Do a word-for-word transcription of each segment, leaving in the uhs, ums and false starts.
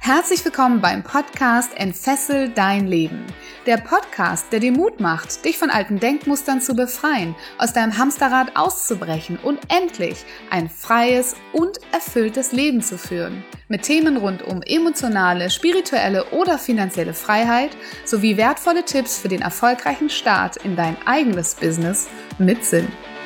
Herzlich willkommen beim Podcast Entfessel dein Leben. Der Podcast, der dir Mut macht, dich von alten Denkmustern zu befreien, aus deinem Hamsterrad auszubrechen und endlich ein freies und erfülltes Leben zu führen. Mit Themen rund um emotionale, spirituelle oder finanzielle Freiheit sowie wertvolle Tipps für den erfolgreichen Start in dein eigenes Business mit Sinn.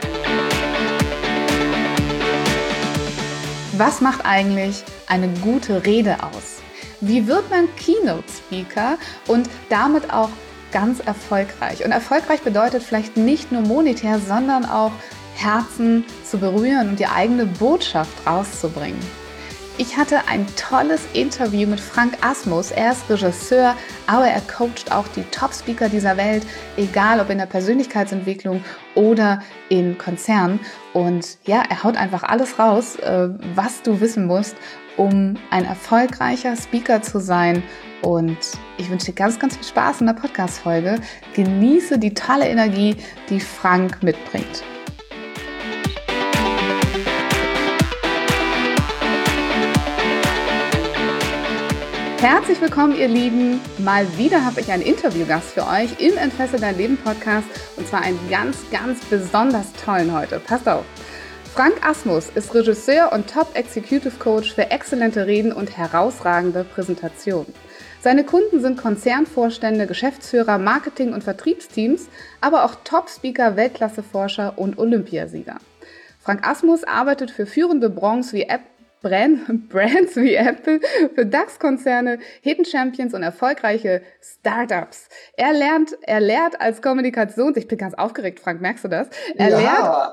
Was macht eigentlich eine gute Rede aus? Wie wird man Keynote-Speaker und damit auch ganz erfolgreich? Und erfolgreich bedeutet vielleicht nicht nur monetär, sondern auch Herzen zu berühren und die eigene Botschaft rauszubringen. Ich hatte ein tolles Interview mit Frank Asmus. Er ist Regisseur, aber er coacht auch die Top-Speaker dieser Welt, egal ob in der Persönlichkeitsentwicklung oder in Konzernen. Und ja, er haut einfach alles raus, was du wissen musst, um ein erfolgreicher Speaker zu sein. Und ich wünsche dir ganz, ganz viel Spaß in der Podcast-Folge. Genieße die tolle Energie, die Frank mitbringt. Herzlich willkommen, ihr Lieben. Mal wieder habe ich einen Interviewgast für euch im Entfessel dein Leben Podcast. Und zwar einen ganz, ganz besonders tollen heute. Passt auf. Frank Asmus ist Regisseur und Top Executive Coach für exzellente Reden und herausragende Präsentationen. Seine Kunden sind Konzernvorstände, Geschäftsführer, Marketing- und Vertriebsteams, aber auch Top-Speaker, Weltklasse-Forscher und Olympiasieger. Frank Asmus arbeitet für führende Brands wie Apple, Brand, Brands wie Apple, für DAX-Konzerne, Hidden Champions und erfolgreiche Startups. Er lernt, er lehrt als Kommunikations... Ich bin ganz aufgeregt, Frank, merkst du das? Er, ja.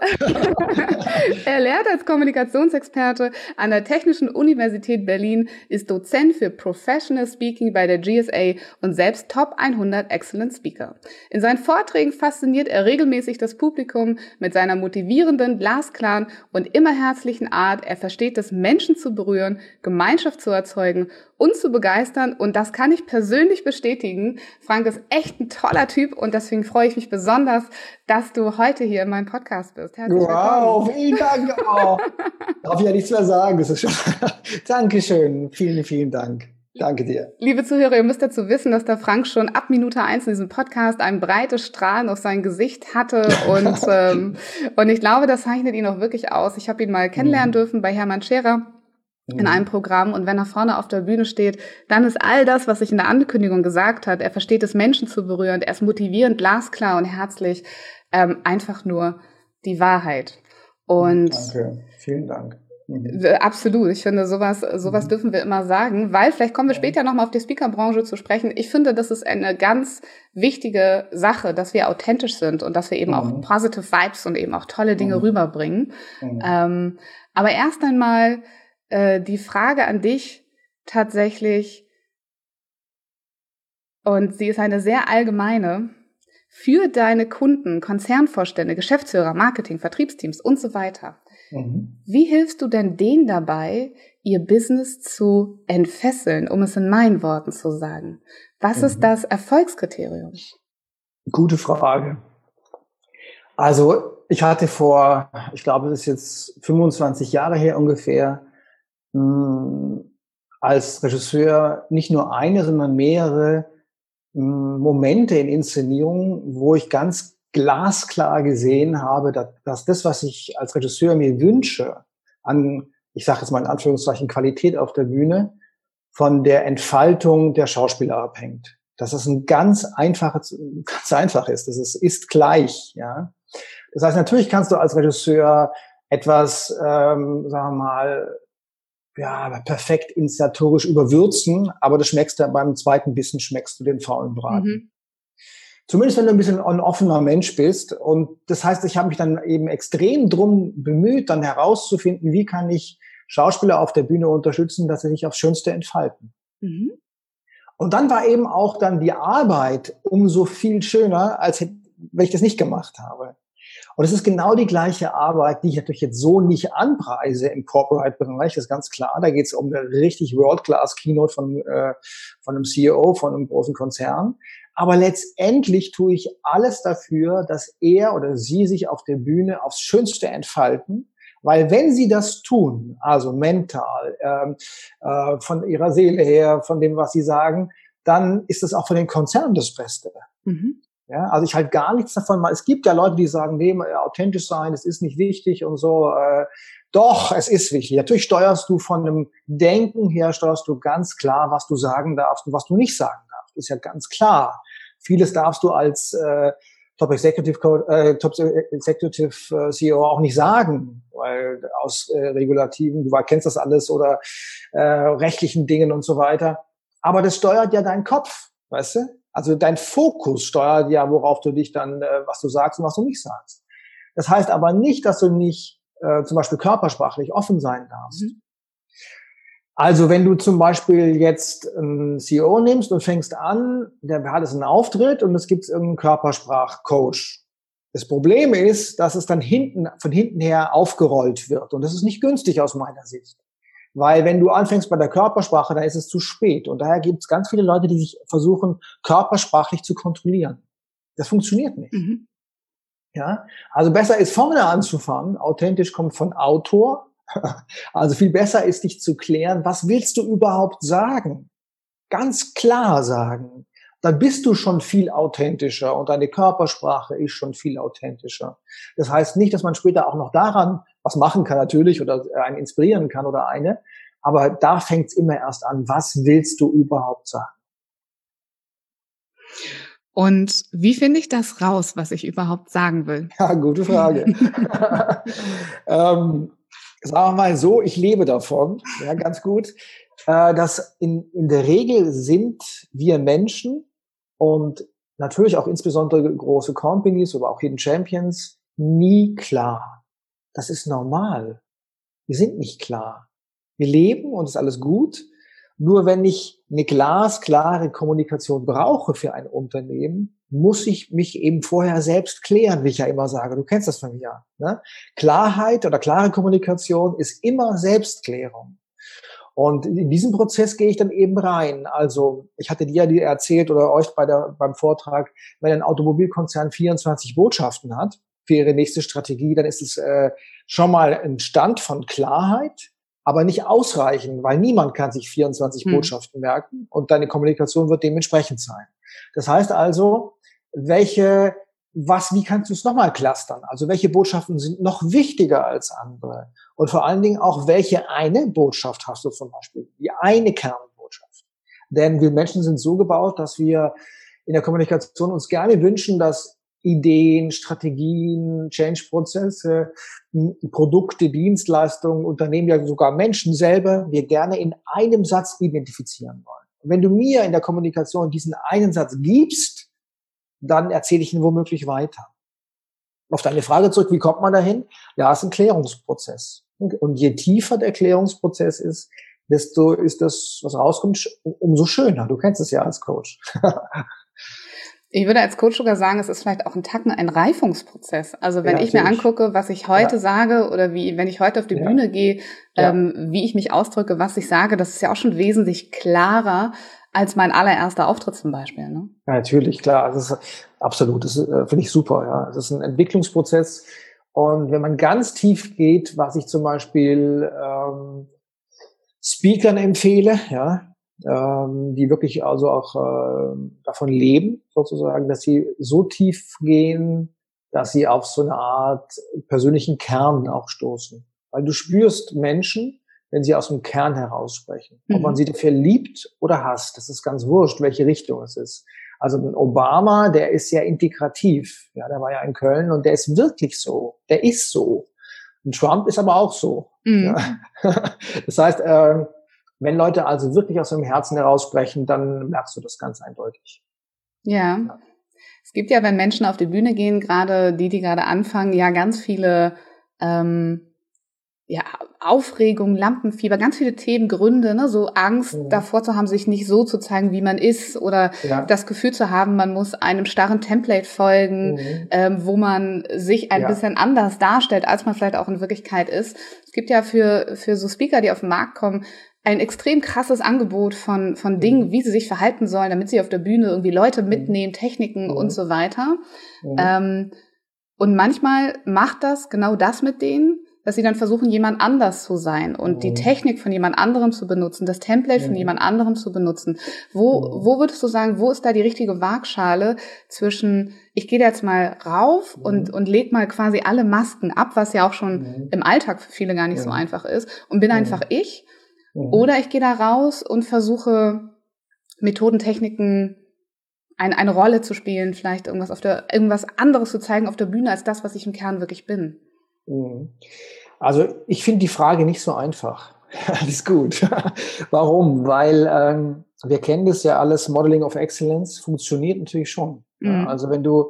lehrt, er lehrt als Kommunikationsexperte an der Technischen Universität Berlin, ist Dozent für Professional Speaking bei der G S A und selbst Top hundert Excellent Speaker. In seinen Vorträgen fasziniert er regelmäßig das Publikum mit seiner motivierenden, glasklaren und immer herzlichen Art. Er versteht das Menschen zu berühren, Gemeinschaft zu erzeugen und zu begeistern. Und das kann ich persönlich bestätigen. Frank ist echt ein toller Typ und deswegen freue ich mich besonders, dass du heute hier in meinem Podcast bist. Herzlich wow, willkommen. Vielen Dank. Oh, darf ich ja nichts mehr sagen. Das ist schon Dankeschön. Vielen, vielen Dank. Danke dir. Liebe Zuhörer, ihr müsst dazu wissen, dass der Frank schon ab Minute eins in diesem Podcast ein breites Strahlen auf sein Gesicht hatte und ähm, und ich glaube, das zeichnet ihn auch wirklich aus. Ich habe ihn mal kennenlernen mhm. dürfen bei Hermann Scherer in einem Programm und wenn er vorne auf der Bühne steht, dann ist all das, was ich in der Ankündigung gesagt habe, er versteht es, Menschen zu berühren, er ist motivierend, glasklar und herzlich, ähm, einfach nur die Wahrheit. Und danke, vielen Dank. Absolut. Ich finde, sowas, sowas dürfen wir immer sagen, weil vielleicht kommen wir später nochmal auf die Speakerbranche zu sprechen. Ich finde, das ist eine ganz wichtige Sache, dass wir authentisch sind und dass wir eben mhm. auch positive Vibes und eben auch tolle Dinge mhm. rüberbringen. Mhm. Ähm, aber erst einmal äh, die Frage an dich tatsächlich, und sie ist eine sehr allgemeine, für deine Kunden, Konzernvorstände, Geschäftsführer, Marketing, Vertriebsteams und so weiter. Mhm. Wie hilfst du denn denen dabei, ihr Business zu entfesseln, um es in meinen Worten zu sagen? Was mhm. ist das Erfolgskriterium? Gute Frage. Also ich hatte vor, ich glaube, das ist jetzt fünfundzwanzig Jahre her ungefähr, mh, als Regisseur nicht nur eine, sondern mehrere mh, Momente in Inszenierungen, wo ich ganz glasklar gesehen habe, dass, dass das, was ich als Regisseur mir wünsche, an, ich sage jetzt mal in Anführungszeichen, Qualität auf der Bühne, von der Entfaltung der Schauspieler abhängt. Dass das ein ganz einfaches, ganz einfach ist. Das ist, ist gleich, ja. Das heißt, natürlich kannst du als Regisseur etwas, ähm, sagen wir mal, ja, perfekt inszenatorisch überwürzen, aber das schmeckst du beim zweiten Bissen, schmeckst du den faulen Braten. Mhm. Zumindest wenn du ein bisschen ein offener Mensch bist. Und das heißt, ich habe mich dann eben extrem drum bemüht, dann herauszufinden, wie kann ich Schauspieler auf der Bühne unterstützen, dass sie sich aufs Schönste entfalten. Mhm. Und dann war eben auch dann die Arbeit umso viel schöner, als wenn ich das nicht gemacht habe. Und es ist genau die gleiche Arbeit, die ich natürlich jetzt so nicht anpreise im Corporate-Bereich, das ist ganz klar. Da geht es um eine richtig World-Class-Keynote von, äh, von einem C E O, von einem großen Konzern. Aber letztendlich tue ich alles dafür, dass er oder sie sich auf der Bühne aufs Schönste entfalten Weil wenn sie das tun, also mental, ähm, äh, von ihrer Seele her, von dem, was sie sagen, dann ist das auch für den Konzern das Beste. Mhm. Ja, also ich halte gar nichts davon. Es gibt ja Leute, die sagen, nee, authentisch sein, es ist nicht wichtig und so. Äh, doch, es ist wichtig. Natürlich steuerst du von einem Denken her, steuerst du ganz klar, was du sagen darfst und was du nicht sagen darfst. Ist ja ganz klar. Vieles darfst du als äh, Top Executive, äh, Top Executive äh, C E O auch nicht sagen, weil aus äh, Regulativen, du kennst das alles, oder äh, rechtlichen Dingen und so weiter. Aber das steuert ja deinen Kopf, weißt du? Also dein Fokus steuert ja, worauf du dich dann, äh, was du sagst und was du nicht sagst. Das heißt aber nicht, dass du nicht äh, zum Beispiel körpersprachlich offen sein darfst. Mhm. Also wenn du zum Beispiel jetzt einen C E O nimmst und fängst an, der hat es einen Auftritt und es gibt irgendeinen Körpersprachcoach. Das Problem ist, dass es dann hinten, von hinten her aufgerollt wird. Und das ist nicht günstig aus meiner Sicht. Weil wenn du anfängst bei der Körpersprache, dann ist es zu spät. Und daher gibt es ganz viele Leute, die sich versuchen, körpersprachlich zu kontrollieren. Das funktioniert nicht. Mhm. Ja, also besser ist vorne anzufangen. Authentisch kommt von Autor. Also viel besser ist, dich zu klären, was willst du überhaupt sagen? Ganz klar sagen. Dann bist du schon viel authentischer und deine Körpersprache ist schon viel authentischer. Das heißt nicht, dass man später auch noch daran was machen kann natürlich oder einen inspirieren kann oder eine, aber da fängt es immer erst an. Was willst du überhaupt sagen? Und wie finde ich das raus, was ich überhaupt sagen will? Ja, gute Frage. ähm, sagen wir mal so, ich lebe davon, ja, ganz gut, äh, dass in, in der Regel sind wir Menschen und natürlich auch insbesondere große Companies, aber auch Hidden Champions, nie klar. Das ist normal. Wir sind nicht klar. Wir leben und ist alles gut. Nur wenn ich eine glasklare Kommunikation brauche für ein Unternehmen, muss ich mich eben vorher selbst klären, wie ich ja immer sage. Du kennst das von mir. Ne? Klarheit oder klare Kommunikation ist immer Selbstklärung. Und in diesen Prozess gehe ich dann eben rein. Also ich hatte dir ja erzählt oder euch bei der, beim Vortrag, wenn ein Automobilkonzern vierundzwanzig Botschaften hat für ihre nächste Strategie, dann ist es äh, schon mal ein Stand von Klarheit, aber nicht ausreichend, weil niemand kann sich vierundzwanzig hm. Botschaften merken und deine Kommunikation wird dementsprechend sein. Das heißt also, welche, was, wie kannst du es nochmal clustern? Also welche Botschaften sind noch wichtiger als andere? Und vor allen Dingen auch, welche eine Botschaft hast du zum Beispiel? Die eine Kernbotschaft. Denn wir Menschen sind so gebaut, dass wir in der Kommunikation uns gerne wünschen, dass Ideen, Strategien, Change-Prozesse, Produkte, Dienstleistungen, Unternehmen, ja sogar Menschen selber, wir gerne in einem Satz identifizieren wollen. Und wenn du mir in der Kommunikation diesen einen Satz gibst, dann erzähle ich ihn womöglich weiter. Auf deine Frage zurück, wie kommt man dahin? Ja, es ist ein Klärungsprozess. Und je tiefer der Klärungsprozess ist, desto ist das, was rauskommt, umso schöner. Du kennst es ja als Coach. Ich würde als Coach sogar sagen, es ist vielleicht auch ein Tacken ein Reifungsprozess. Also wenn ja, ich mir angucke, was ich heute ja. sage oder wie, wenn ich heute auf die ja. Bühne gehe, ja. ähm, wie ich mich ausdrücke, was ich sage, das ist ja auch schon wesentlich klarer als mein allererster Auftritt zum Beispiel. Ne? Ja, natürlich, klar. Das ist absolut. Das äh, finde ich super. Ja, das ist ein Entwicklungsprozess. Und wenn man ganz tief geht, was ich zum Beispiel ähm, Speakern empfehle, ja, ähm, die wirklich also auch äh, davon leben, sozusagen, dass sie so tief gehen, dass sie auf so eine Art persönlichen Kern auch stoßen. Weil du spürst Menschen, wenn sie aus dem Kern heraus sprechen. Mhm. Ob man sie dafür liebt oder hasst, das ist ganz wurscht, welche Richtung es ist. Also ein Obama, der ist ja integrativ. Ja, der war ja in Köln und der ist wirklich so. Der ist so. Und Trump ist aber auch so. Mhm. Ja. Das heißt, äh, wenn Leute also wirklich aus ihrem Herzen heraus sprechen, dann merkst du das ganz eindeutig. Ja. ja. Es gibt ja, wenn Menschen auf die Bühne gehen, gerade die, die gerade anfangen, ja ganz viele ähm, ja, Aufregung, Lampenfieber, ganz viele Themen, Gründe, ne, so Angst mhm. davor zu haben, sich nicht so zu zeigen, wie man ist, oder ja. das Gefühl zu haben, man muss einem starren Template folgen, mhm. ähm, wo man sich ein ja. bisschen anders darstellt, als man vielleicht auch in Wirklichkeit ist. Es gibt ja für für so Speaker, die auf den Markt kommen, ein extrem krasses Angebot von von Dingen, mhm. wie sie sich verhalten sollen, damit sie auf der Bühne irgendwie Leute mitnehmen, Techniken mhm. und so weiter. Mhm. Ähm, und manchmal macht das genau das mit denen, dass sie dann versuchen, jemand anders zu sein und mhm. die Technik von jemand anderem zu benutzen, das Template mhm. von jemand anderem zu benutzen. Wo, mhm. wo würdest du sagen, wo ist da die richtige Waagschale zwischen, ich gehe da jetzt mal rauf mhm. und, und leg mal quasi alle Masken ab, was ja auch schon mhm. im Alltag für viele gar nicht mhm. so einfach ist, und bin mhm. einfach ich, mhm. oder ich gehe da raus und versuche, Methoden, Techniken, ein, eine Rolle zu spielen, vielleicht irgendwas auf der, irgendwas anderes zu zeigen auf der Bühne als das, was ich im Kern wirklich bin. Also ich finde die Frage nicht so einfach. Alles gut. Warum? Weil ähm, wir kennen das ja alles, Modeling of Excellence funktioniert natürlich schon. Mhm. Ja, also wenn du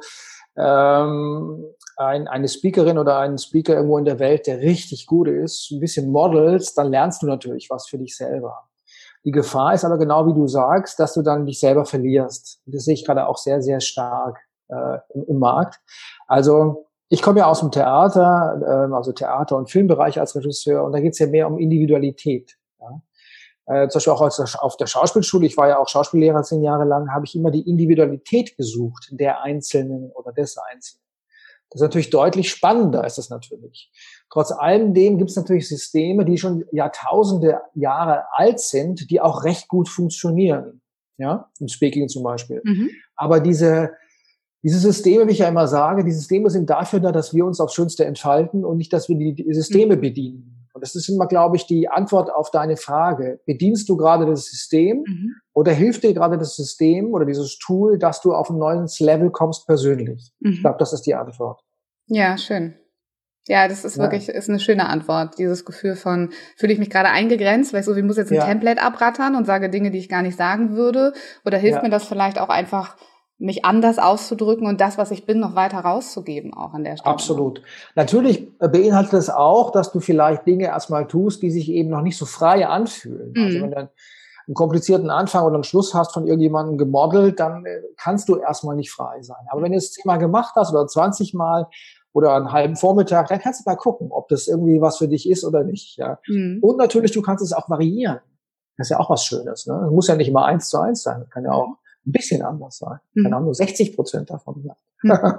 ähm, ein, eine Speakerin oder einen Speaker irgendwo in der Welt, der richtig gut ist, ein bisschen modelst, dann lernst du natürlich was für dich selber. Die Gefahr ist aber genau wie du sagst, dass du dann dich selber verlierst. Das sehe ich gerade auch sehr, sehr stark äh, im, im Markt. Also ich komme ja aus dem Theater, äh, also Theater- und Filmbereich als Regisseur, und da geht es ja mehr um Individualität. Ja? Äh, zum Beispiel auch als, auf der Schauspielschule, ich war ja auch Schauspiellehrer zehn Jahre lang, habe ich immer die Individualität gesucht, der Einzelnen oder des Einzelnen. Das ist natürlich deutlich spannender, ist das natürlich. Trotz allem dem gibt es natürlich Systeme, die schon Jahrtausende Jahre alt sind, die auch recht gut funktionieren. Ja, im Speaking zum Beispiel. Mhm. Aber diese, diese Systeme, wie ich ja immer sage, die Systeme sind dafür da, dass wir uns aufs Schönste entfalten und nicht, dass wir die, die Systeme mhm. bedienen. Und das ist immer, glaube ich, die Antwort auf deine Frage. Bedienst du gerade das System mhm. oder hilft dir gerade das System oder dieses Tool, dass du auf ein neues Level kommst persönlich? Mhm. Ich glaube, das ist die Antwort. Ja, schön. Ja, das ist ja. wirklich, ist eine schöne Antwort. Dieses Gefühl von, fühle ich mich gerade eingegrenzt, weil ich so, ich muss jetzt ein ja. Template abrattern und sage Dinge, die ich gar nicht sagen würde? Oder hilft ja. mir das vielleicht auch einfach, mich anders auszudrücken und das, was ich bin, noch weiter rauszugeben, auch an der Stelle? Absolut. Natürlich beinhaltet es auch, dass du vielleicht Dinge erstmal tust, die sich eben noch nicht so frei anfühlen. Mhm. Also wenn du einen komplizierten Anfang oder einen Schluss hast von irgendjemandem gemodelt, dann kannst du erstmal nicht frei sein. Aber wenn du es zehnmal gemacht hast oder zwanzig Mal oder einen halben Vormittag, dann kannst du mal gucken, ob das irgendwie was für dich ist oder nicht. Ja. Mhm. Und natürlich, du kannst es auch variieren. Das ist ja auch was Schönes. Ne? Das muss ja nicht immer eins zu eins sein. Das kann ja auch ein bisschen anders sein. Mhm. Kann auch nur sechzig Prozent davon sein. Mhm.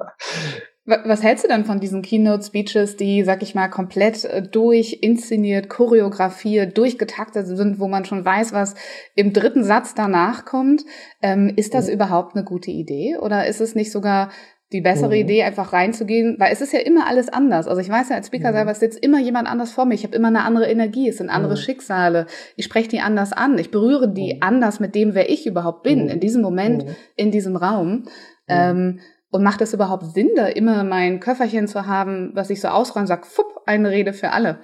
Was hältst du denn von diesen Keynote-Speeches, die, sag ich mal, komplett durchinszeniert, choreografiert, durchgetaktet sind, wo man schon weiß, was im dritten Satz danach kommt? Ähm, ist das mhm. überhaupt eine gute Idee? Oder ist es nicht sogar die bessere mhm. Idee, einfach reinzugehen? Weil es ist ja immer alles anders. Also ich weiß ja, als Speaker mhm. selber, es sitzt immer jemand anders vor mir. Ich habe immer eine andere Energie. Es sind andere mhm. Schicksale. Ich spreche die anders an. Ich berühre die mhm. anders mit dem, wer ich überhaupt bin, mhm. in diesem Moment, mhm. in diesem Raum. Mhm. Ähm, Und macht es überhaupt Sinn, da immer mein Köfferchen zu haben, was ich so ausräume und sage, fupp, eine Rede für alle?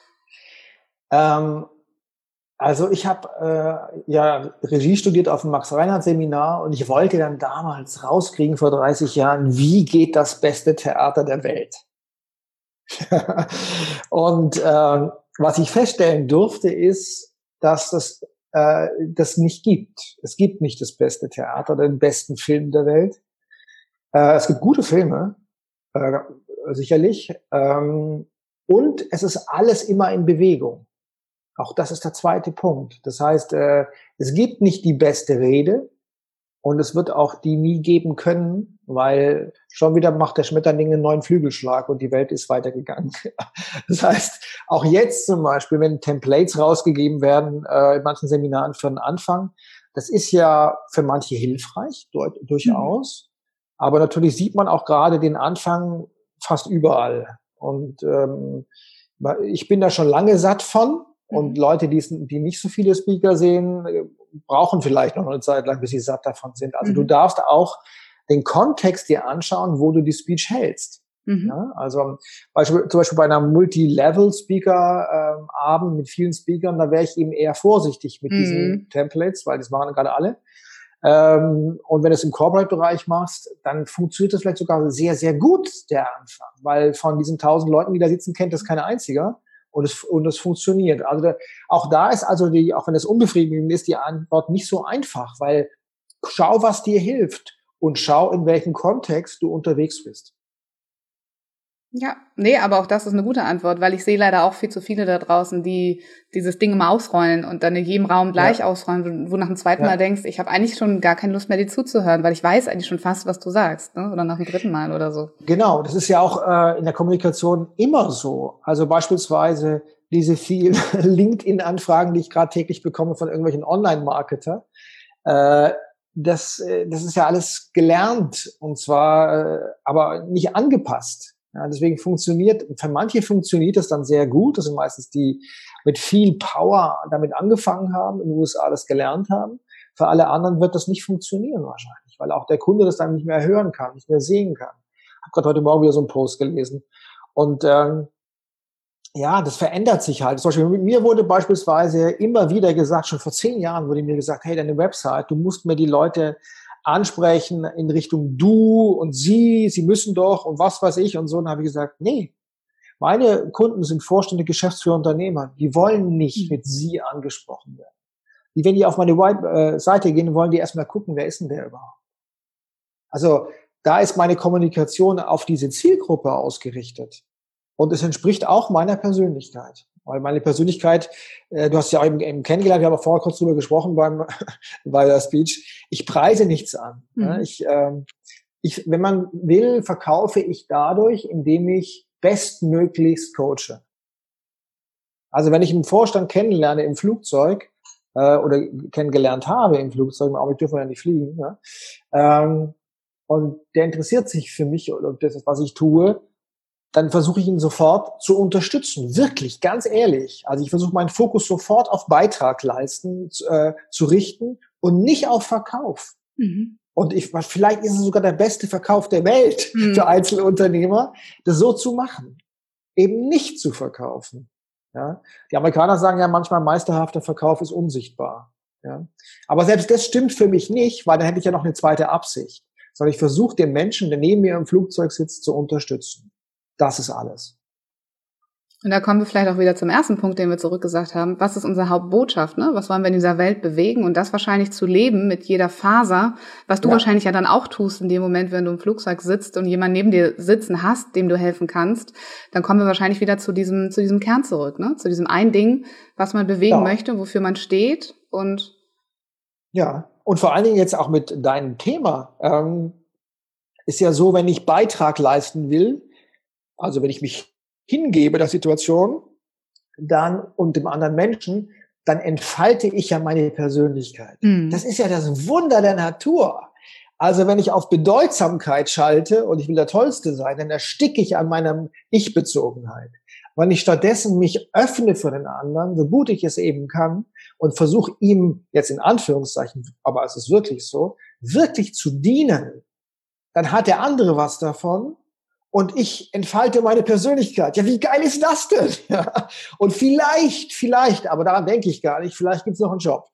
Ähm, also ich habe äh, ja Regie studiert auf dem Max-Reinhardt-Seminar und ich wollte dann damals rauskriegen vor dreißig Jahren, wie geht das beste Theater der Welt? Und äh, was ich feststellen durfte, ist, dass das äh, das nicht gibt. Es gibt nicht das beste Theater oder den besten Film der Welt. Äh, es gibt gute Filme, äh, sicherlich. Ähm, und es ist alles immer in Bewegung. Auch das ist der zweite Punkt. Das heißt, äh, es gibt nicht die beste Rede und es wird auch die nie geben können, weil schon wieder macht der Schmetterling einen neuen Flügelschlag und die Welt ist weitergegangen. Das heißt, auch jetzt zum Beispiel, wenn Templates rausgegeben werden, äh, in manchen Seminaren für den Anfang, das ist ja für manche hilfreich, dort, durchaus. Mhm. Aber natürlich sieht man auch gerade den Anfang fast überall. Und ähm, ich bin da schon lange satt von. Und Leute, die, die nicht so viele Speaker sehen, brauchen vielleicht noch eine Zeit lang, bis sie satt davon sind. Also mhm. du darfst auch den Kontext dir anschauen, wo du die Speech hältst. Mhm. Ja, also Beispiel, zum Beispiel bei einer Multi-Level-Speaker-Abend ähm, mit vielen Speakern, da wäre ich eben eher vorsichtig mit mhm. diesen Templates, weil das machen gerade alle. Ähm, und wenn du es im Corporate-Bereich machst, dann funktioniert das vielleicht sogar sehr, sehr gut, der Anfang. Weil von diesen tausend Leuten, die da sitzen, kennt das kein einziger. Und es, und es funktioniert. Also da, auch da ist also die, auch wenn es unbefriedigend ist, die Antwort nicht so einfach, weil schau, was dir hilft und schau, in welchem Kontext du unterwegs bist. Ja, nee, aber auch das ist eine gute Antwort, weil ich sehe leider auch viel zu viele da draußen, die dieses Ding immer ausrollen und dann in jedem Raum gleich ja. ausrollen, wo, wo nach dem zweiten ja. Mal denkst, ich habe eigentlich schon gar keine Lust mehr, dir zuzuhören, weil ich weiß eigentlich schon fast, was du sagst, ne? Oder nach dem dritten Mal oder so. Genau, das ist ja auch äh, in der Kommunikation immer so. Also beispielsweise diese vielen LinkedIn-Anfragen, die ich gerade täglich bekomme von irgendwelchen Online-Marketer, äh, das, äh, das ist ja alles gelernt und zwar äh, aber nicht angepasst. Ja, deswegen funktioniert, für manche funktioniert das dann sehr gut. Das sind meistens die mit viel Power damit angefangen haben, in den U S A das gelernt haben. Für alle anderen wird das nicht funktionieren wahrscheinlich, weil auch der Kunde das dann nicht mehr hören kann, nicht mehr sehen kann. Ich habe gerade heute Morgen wieder so einen Post gelesen. Und ähm, ja, das verändert sich halt. Zum Beispiel mit mir wurde beispielsweise immer wieder gesagt, schon vor zehn Jahren wurde mir gesagt, hey, deine Website, du musst mir die Leute ansprechen in Richtung du und sie, sie müssen doch und was weiß ich und so. Und dann habe ich gesagt, nee, meine Kunden sind Vorstände, Geschäftsführer, Unternehmer. Die wollen nicht mit sie angesprochen werden. Die, wenn die auf meine Seite gehen, wollen die erstmal gucken, wer ist denn der überhaupt? Also da ist meine Kommunikation auf diese Zielgruppe ausgerichtet. Und es entspricht auch meiner Persönlichkeit. Weil meine Persönlichkeit, äh, du hast ja auch eben, eben kennengelernt, wir haben auch vorher kurz drüber gesprochen beim, bei der Speech. Ich preise nichts an. Mhm. Ja, ich, ähm, ich, wenn man will, verkaufe ich dadurch, indem ich bestmöglichst coache. Also wenn ich einen Vorstand kennenlerne im Flugzeug äh, oder kennengelernt habe im Flugzeug, im Augenblick dürfen wir ja nicht fliegen, ja, ähm, und der interessiert sich für mich oder das, was ich tue, dann versuche ich ihn sofort zu unterstützen. Wirklich, ganz ehrlich. Also ich versuche meinen Fokus sofort auf Beitrag leisten äh, zu richten und nicht auf Verkauf. Mhm. Und ich, vielleicht ist es sogar der beste Verkauf der Welt mhm. für Einzelunternehmer, das so zu machen. Eben nicht zu verkaufen. Ja? Die Amerikaner sagen ja manchmal, meisterhafter Verkauf ist unsichtbar. Ja? Aber selbst das stimmt für mich nicht, weil dann hätte ich ja noch eine zweite Absicht. Sondern ich versuche den Menschen, der neben mir im Flugzeug sitzt, zu unterstützen. Das ist alles. Und da kommen wir vielleicht auch wieder zum ersten Punkt, den wir zurückgesagt haben. Was ist unsere Hauptbotschaft, ne? Was wollen wir in dieser Welt bewegen? Und das wahrscheinlich zu leben mit jeder Faser, was du ja. wahrscheinlich ja dann auch tust in dem Moment, wenn du im Flugzeug sitzt und jemand neben dir sitzen hast, dem du helfen kannst. Dann kommen wir wahrscheinlich wieder zu diesem, zu diesem Kern zurück, ne? Zu diesem ein Ding, was man bewegen ja. möchte, wofür man steht und. Ja. Und vor allen Dingen jetzt auch mit deinem Thema, ähm, ist ja so, wenn ich Beitrag leisten will, also wenn ich mich hingebe der Situation, dann und dem anderen Menschen, dann entfalte ich ja meine Persönlichkeit. Mhm. Das ist ja das Wunder der Natur. Also wenn ich auf Bedeutsamkeit schalte und ich will der Tollste sein, dann ersticke ich an meiner Ich-Bezogenheit. Wenn ich stattdessen mich öffne für den anderen, so gut ich es eben kann, und versuche ihm, jetzt in Anführungszeichen, aber es ist wirklich so, wirklich zu dienen, dann hat der andere was davon und ich entfalte meine Persönlichkeit. Ja, wie geil ist das denn? Ja. Und vielleicht, vielleicht, aber daran denke ich gar nicht, vielleicht gibt's noch einen Job.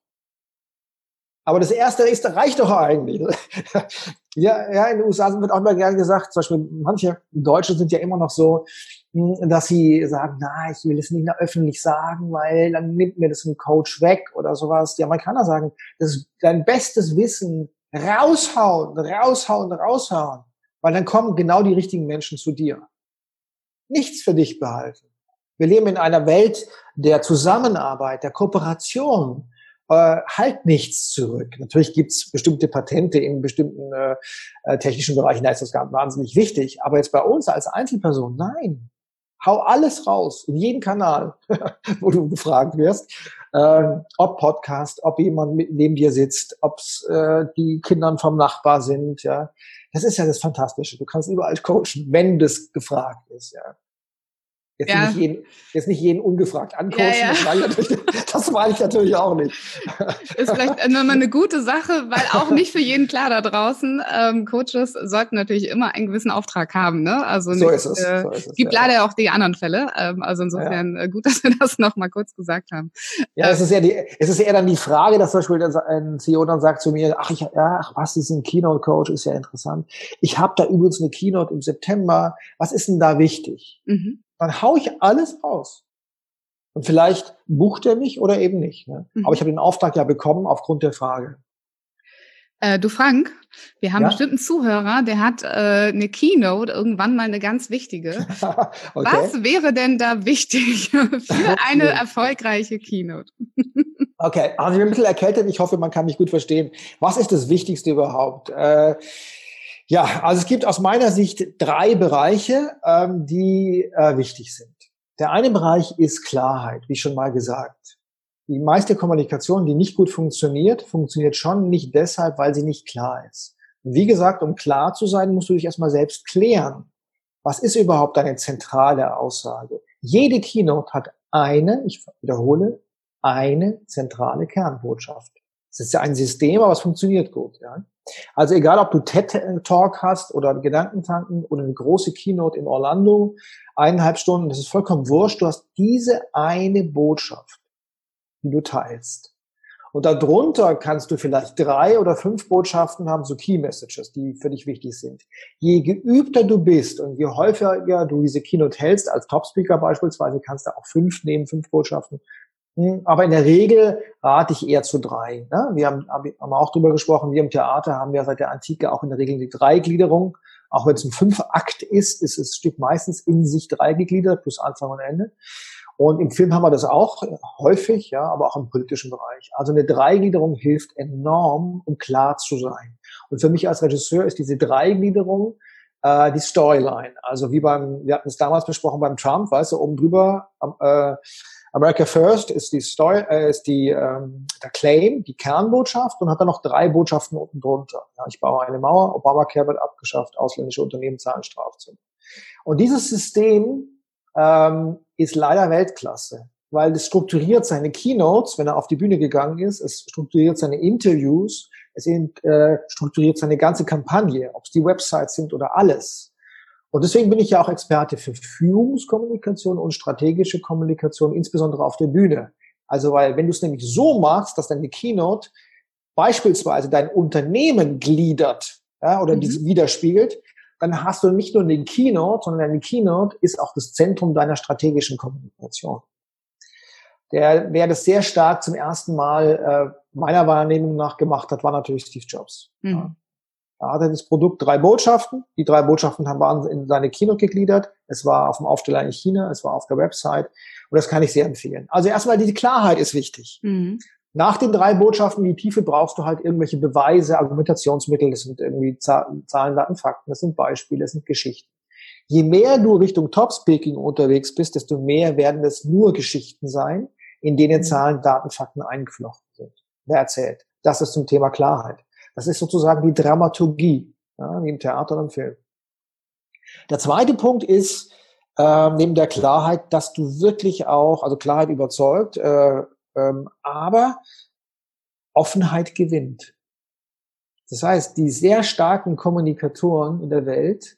Aber das Erste ist, reicht doch eigentlich. Ja, ja, in den U S A wird auch immer gerne gesagt, zum Beispiel manche Deutsche sind ja immer noch so, dass sie sagen, na, ich will es nicht öffentlich sagen, weil dann nimmt mir das ein Coach weg oder sowas. Die Amerikaner sagen, das ist dein bestes Wissen, raushauen, raushauen, raushauen. Weil dann kommen genau die richtigen Menschen zu dir. Nichts für dich behalten. Wir leben in einer Welt der Zusammenarbeit, der Kooperation. Äh, halt nichts zurück. Natürlich gibt's bestimmte Patente in bestimmten äh, technischen Bereichen, da ist das ganz wahnsinnig wichtig. Aber jetzt bei uns als Einzelperson, nein. Hau alles raus, in jeden Kanal, wo du gefragt wirst. Äh, ob Podcast, ob jemand mit neben dir sitzt, ob's äh, die Kinder vom Nachbar sind, ja. Das ist ja das Fantastische. Du kannst überall coachen, wenn das gefragt ist, ja. Jetzt, ja. nicht jeden, jetzt nicht jeden ungefragt ancoachen, ja, ja. Das, war ich natürlich, das war ich natürlich auch nicht. Ist vielleicht nochmal eine gute Sache, weil auch nicht für jeden klar da draußen, ähm, Coaches sollten natürlich immer einen gewissen Auftrag haben, ne? Also nicht, so ist es. Äh, so ist es gibt ja. leider auch die anderen Fälle, ähm, also insofern ja. gut, dass wir das nochmal kurz gesagt haben. Ja, ähm, es ist eher die, es ist eher dann die Frage, dass zum Beispiel ein C E O dann sagt zu mir, ach, ich, ja, ach was, ist ein Keynote-Coach, ist ja interessant. Ich habe da übrigens eine Keynote im September, was ist denn da wichtig? Mhm. Dann hau ich alles raus. Und vielleicht bucht er mich oder eben nicht. Ne? Mhm. Aber ich habe den Auftrag ja bekommen aufgrund der Frage. Äh, du Frank, wir haben Ja? bestimmt einen Zuhörer, der hat äh, eine Keynote, irgendwann mal eine ganz wichtige. Okay. Was wäre denn da wichtig für eine Okay. erfolgreiche Keynote? Okay, also ich bin ein bisschen erkältet. Ich hoffe, man kann mich gut verstehen. Was ist das Wichtigste überhaupt? Äh, ja, also es gibt aus meiner Sicht drei Bereiche, ähm, die äh, wichtig sind. Der eine Bereich ist Klarheit, wie schon mal gesagt. Die meiste Kommunikation, die nicht gut funktioniert, funktioniert schon nicht deshalb, weil sie nicht klar ist. Und wie gesagt, um klar zu sein, musst du dich erstmal selbst klären. Was ist überhaupt deine zentrale Aussage? Jede Keynote hat eine, ich wiederhole, eine zentrale Kernbotschaft. Es ist ja ein System, aber es funktioniert gut. Ja? Also egal, ob du TED-Talk hast oder Gedankentanken oder eine große Keynote in Orlando, eineinhalb Stunden, das ist vollkommen wurscht. Du hast diese eine Botschaft, die du teilst. Und darunter kannst du vielleicht drei oder fünf Botschaften haben, so Key Messages, die für dich wichtig sind. Je geübter du bist und je häufiger du diese Keynote hältst, als Top-Speaker beispielsweise, kannst du auch fünf nehmen, fünf Botschaften. Aber in der Regel rate ich eher zu drei. Wir haben, haben auch drüber gesprochen, wir im Theater haben ja seit der Antike auch in der Regel die Dreigliederung. Auch wenn es ein Fünf-Akt ist, ist das Stück meistens in sich drei gegliedert, plus Anfang und Ende. Und im Film haben wir das auch häufig, ja, aber auch im politischen Bereich. Also eine Dreigliederung hilft enorm, um klar zu sein. Und für mich als Regisseur ist diese Dreigliederung äh, die Storyline. Also wie beim, wir hatten es damals besprochen beim Trump, weißt du, oben drüber, äh, America First ist die Story, äh, ist die ähm, der Claim, die Kernbotschaft und hat dann noch drei Botschaften unten drunter. Ja, ich baue eine Mauer, Obamacare wird abgeschafft, ausländische Unternehmen zahlen Strafzölle. Und dieses System ähm, ist leider Weltklasse, weil es strukturiert seine Keynotes, wenn er auf die Bühne gegangen ist, es strukturiert seine Interviews, es äh, strukturiert seine ganze Kampagne, ob es die Websites sind oder alles. Und deswegen bin ich ja auch Experte für Führungskommunikation und strategische Kommunikation, insbesondere auf der Bühne. Also, weil wenn du es nämlich so machst, dass deine Keynote beispielsweise dein Unternehmen gliedert, ja, oder mhm. dieses widerspiegelt, dann hast du nicht nur eine Keynote, sondern deine Keynote ist auch das Zentrum deiner strategischen Kommunikation. Der, wer das sehr stark zum ersten Mal äh, meiner Wahrnehmung nach gemacht hat, war natürlich Steve Jobs. Mhm. Ja. Da hatte das Produkt drei Botschaften. Die drei Botschaften waren in seine Keynote gegliedert. Es war auf dem Aufsteller in China, es war auf der Website. Und das kann ich sehr empfehlen. Also erstmal, die Klarheit ist wichtig. Mhm. Nach den drei Botschaften, die Tiefe, brauchst du halt irgendwelche Beweise, Argumentationsmittel. Das sind irgendwie Zahlen, Daten, Fakten, das sind Beispiele, das sind Geschichten. Je mehr du Richtung Top-Speaking unterwegs bist, desto mehr werden es nur Geschichten sein, in denen Zahlen, Daten, Fakten eingeflochten sind. Wer erzählt? Das ist zum Thema Klarheit. Das ist sozusagen die Dramaturgie, ja, wie im Theater und im Film. Der zweite Punkt ist, äh, neben der Klarheit, dass du wirklich auch, also Klarheit überzeugt, äh, ähm, aber Offenheit gewinnt. Das heißt, die sehr starken Kommunikatoren in der Welt,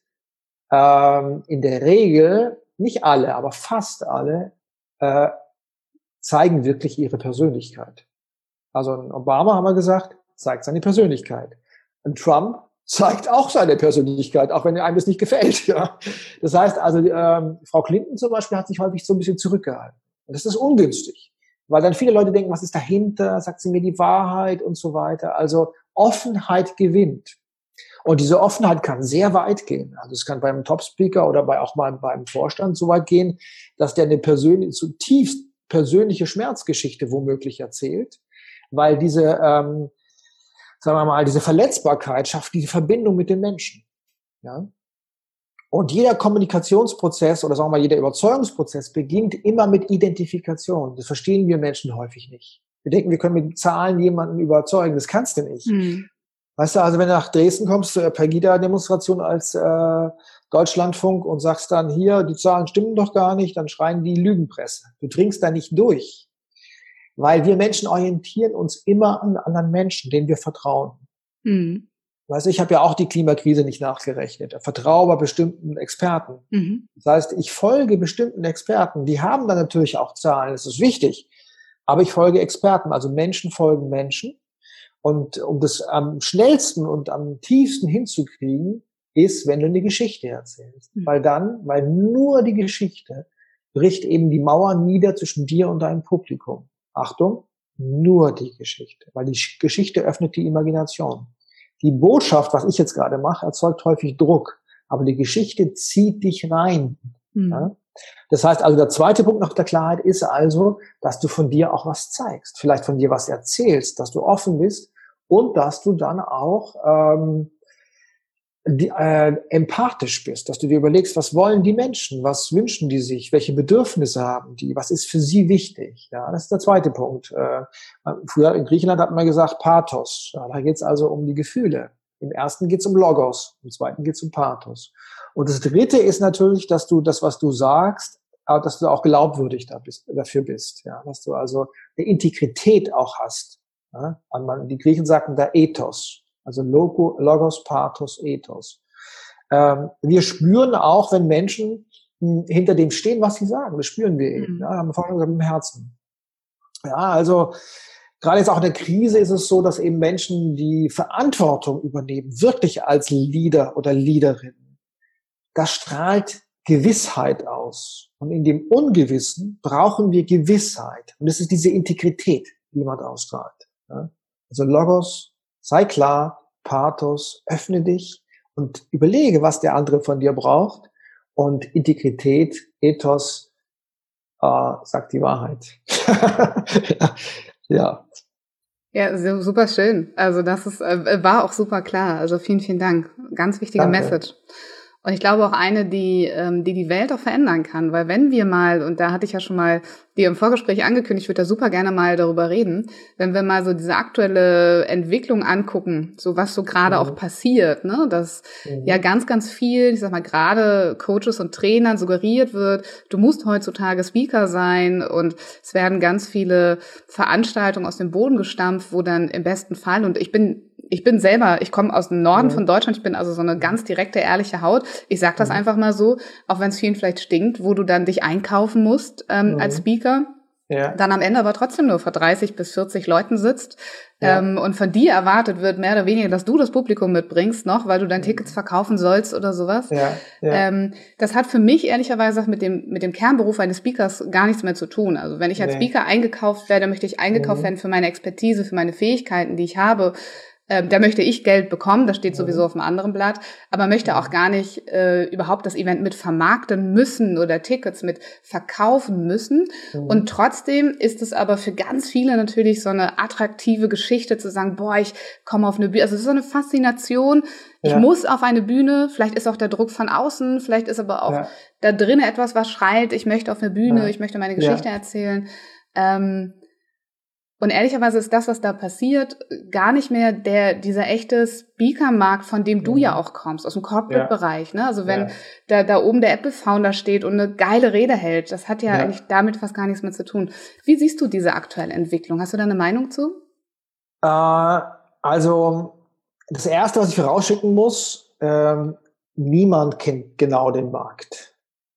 ähm, in der Regel, nicht alle, aber fast alle, äh, zeigen wirklich ihre Persönlichkeit. Also ein Obama, haben wir gesagt, zeigt seine Persönlichkeit. Und Trump zeigt auch seine Persönlichkeit, auch wenn einem das nicht gefällt. Ja. Das heißt also, ähm, Frau Clinton zum Beispiel hat sich häufig so ein bisschen zurückgehalten. Und das ist ungünstig, weil dann viele Leute denken, was ist dahinter, sagt sie mir die Wahrheit und so weiter. Also Offenheit gewinnt. Und diese Offenheit kann sehr weit gehen. Also es kann beim Top-Speaker oder bei, auch mal beim Vorstand so weit gehen, dass der eine persönliche, zutiefst persönliche Schmerzgeschichte womöglich erzählt, weil diese ähm, sagen wir mal, diese Verletzbarkeit schafft diese Verbindung mit den Menschen. Ja? Und jeder Kommunikationsprozess oder sagen wir mal, jeder Überzeugungsprozess beginnt immer mit Identifikation. Das verstehen wir Menschen häufig nicht. Wir denken, wir können mit Zahlen jemanden überzeugen. Das kannst du nicht. Mhm. Weißt du, also wenn du nach Dresden kommst, zur Pegida-Demonstration als äh, Deutschlandfunk und sagst dann, hier, die Zahlen stimmen doch gar nicht, dann schreien die Lügenpresse. Du dringst da nicht durch. Weil wir Menschen orientieren uns immer an anderen Menschen, denen wir vertrauen. Mhm. Weißt du, ich habe ja auch die Klimakrise nicht nachgerechnet. Ich vertraue bei bestimmten Experten. Mhm. Das heißt, ich folge bestimmten Experten. Die haben dann natürlich auch Zahlen, das ist wichtig. Aber ich folge Experten, also Menschen folgen Menschen. Und um das am schnellsten und am tiefsten hinzukriegen, ist, wenn du eine Geschichte erzählst. Mhm. Weil dann, weil nur die Geschichte bricht eben die Mauer nieder zwischen dir und deinem Publikum. Achtung, nur die Geschichte, weil die Geschichte öffnet die Imagination. Die Botschaft, was ich jetzt gerade mache, erzeugt häufig Druck, aber die Geschichte zieht dich rein. Mhm. Ja? Das heißt also, der zweite Punkt nach der Klarheit ist also, dass du von dir auch was zeigst, vielleicht von dir was erzählst, dass du offen bist und dass du dann auch ähm, die, äh, empathisch bist, dass du dir überlegst, was wollen die Menschen, was wünschen die sich, welche Bedürfnisse haben die, was ist für sie wichtig. Ja, das ist der zweite Punkt. Äh, früher in Griechenland hat man gesagt Pathos. Ja, da geht es also um die Gefühle. Im ersten geht es um Logos, im zweiten geht es um Pathos. Und das dritte ist natürlich, dass du das, was du sagst, dass du auch glaubwürdig da bist, dafür bist. Ja, dass du also eine Integrität auch hast. Ja, die Griechen sagten da Ethos. Also Logo, Logos, Pathos, Ethos. Ähm, wir spüren auch, wenn Menschen mh, hinter dem stehen, was sie sagen. Das spüren wir eben. Ja, haben wir vorhin gesagt, im Herzen. Ja, also gerade jetzt auch in der Krise ist es so, dass eben Menschen die Verantwortung übernehmen, wirklich als Leader oder Leaderin. Das strahlt Gewissheit aus. Und in dem Ungewissen brauchen wir Gewissheit. Und das ist diese Integrität, die jemand ausstrahlt. Ja? Also Logos, sei klar, Pathos, öffne dich und überlege, was der andere von dir braucht. Und Integrität, Ethos, äh, sagt die Wahrheit. ja. Ja, super schön. Also das ist, äh, war auch super klar. Also vielen, vielen Dank. Ganz wichtige Danke. Message. Und ich glaube auch eine, die, ähm, die die Welt auch verändern kann. Weil wenn wir mal, und da hatte ich ja schon mal dir im Vorgespräch angekündigt, ich würde da super gerne mal darüber reden, wenn wir mal so diese aktuelle Entwicklung angucken, so was so gerade mhm. auch passiert, ne, dass mhm. ja ganz, ganz viel, ich sag mal, gerade Coaches und Trainern suggeriert wird, du musst heutzutage Speaker sein und es werden ganz viele Veranstaltungen aus dem Boden gestampft, wo dann im besten Fall, und ich bin Ich bin selber, ich komme aus dem Norden mhm. von Deutschland, ich bin also so eine ganz direkte, ehrliche Haut. Ich sag das mhm. einfach mal so, auch wenn es vielen vielleicht stinkt, wo du dann dich einkaufen musst ähm, mhm. als Speaker, ja. dann am Ende aber trotzdem nur vor dreißig bis vierzig Leuten sitzt ja. ähm, und von dir erwartet wird, mehr oder weniger, dass du das Publikum mitbringst noch, weil du dann Tickets verkaufen sollst oder sowas. Ja. Ja. Ähm, das hat für mich ehrlicherweise mit dem mit dem Kernberuf eines Speakers gar nichts mehr zu tun. Also wenn ich als nee. Speaker eingekauft werde, möchte ich eingekauft mhm. werden für meine Expertise, für meine Fähigkeiten, die ich habe. Ähm, da möchte ich Geld bekommen, das steht sowieso auf einem anderen Blatt, aber möchte auch gar nicht äh, überhaupt das Event mit vermarkten müssen oder Tickets mit verkaufen müssen. Mhm. Und trotzdem ist es aber für ganz viele natürlich so eine attraktive Geschichte zu sagen, boah, ich komme auf eine Bühne. Also es ist so eine Faszination. Ich ja. muss auf eine Bühne. Vielleicht ist auch der Druck von außen, vielleicht ist aber auch ja. da drinnen etwas, was schreit, ich möchte auf eine Bühne, ja. ich möchte meine Geschichte ja. erzählen. Ähm, Und ehrlicherweise ist das, was da passiert, gar nicht mehr der dieser echte Speaker-Markt, von dem du mhm. ja auch kommst, aus dem Corporate-Bereich. Ne? Also wenn ja. da da oben der Apple-Founder steht und eine geile Rede hält, das hat ja, ja eigentlich damit fast gar nichts mehr zu tun. Wie siehst du diese aktuelle Entwicklung? Hast du da eine Meinung zu? Äh, also das Erste, was ich vorausschicken muss, ähm, niemand kennt genau den Markt.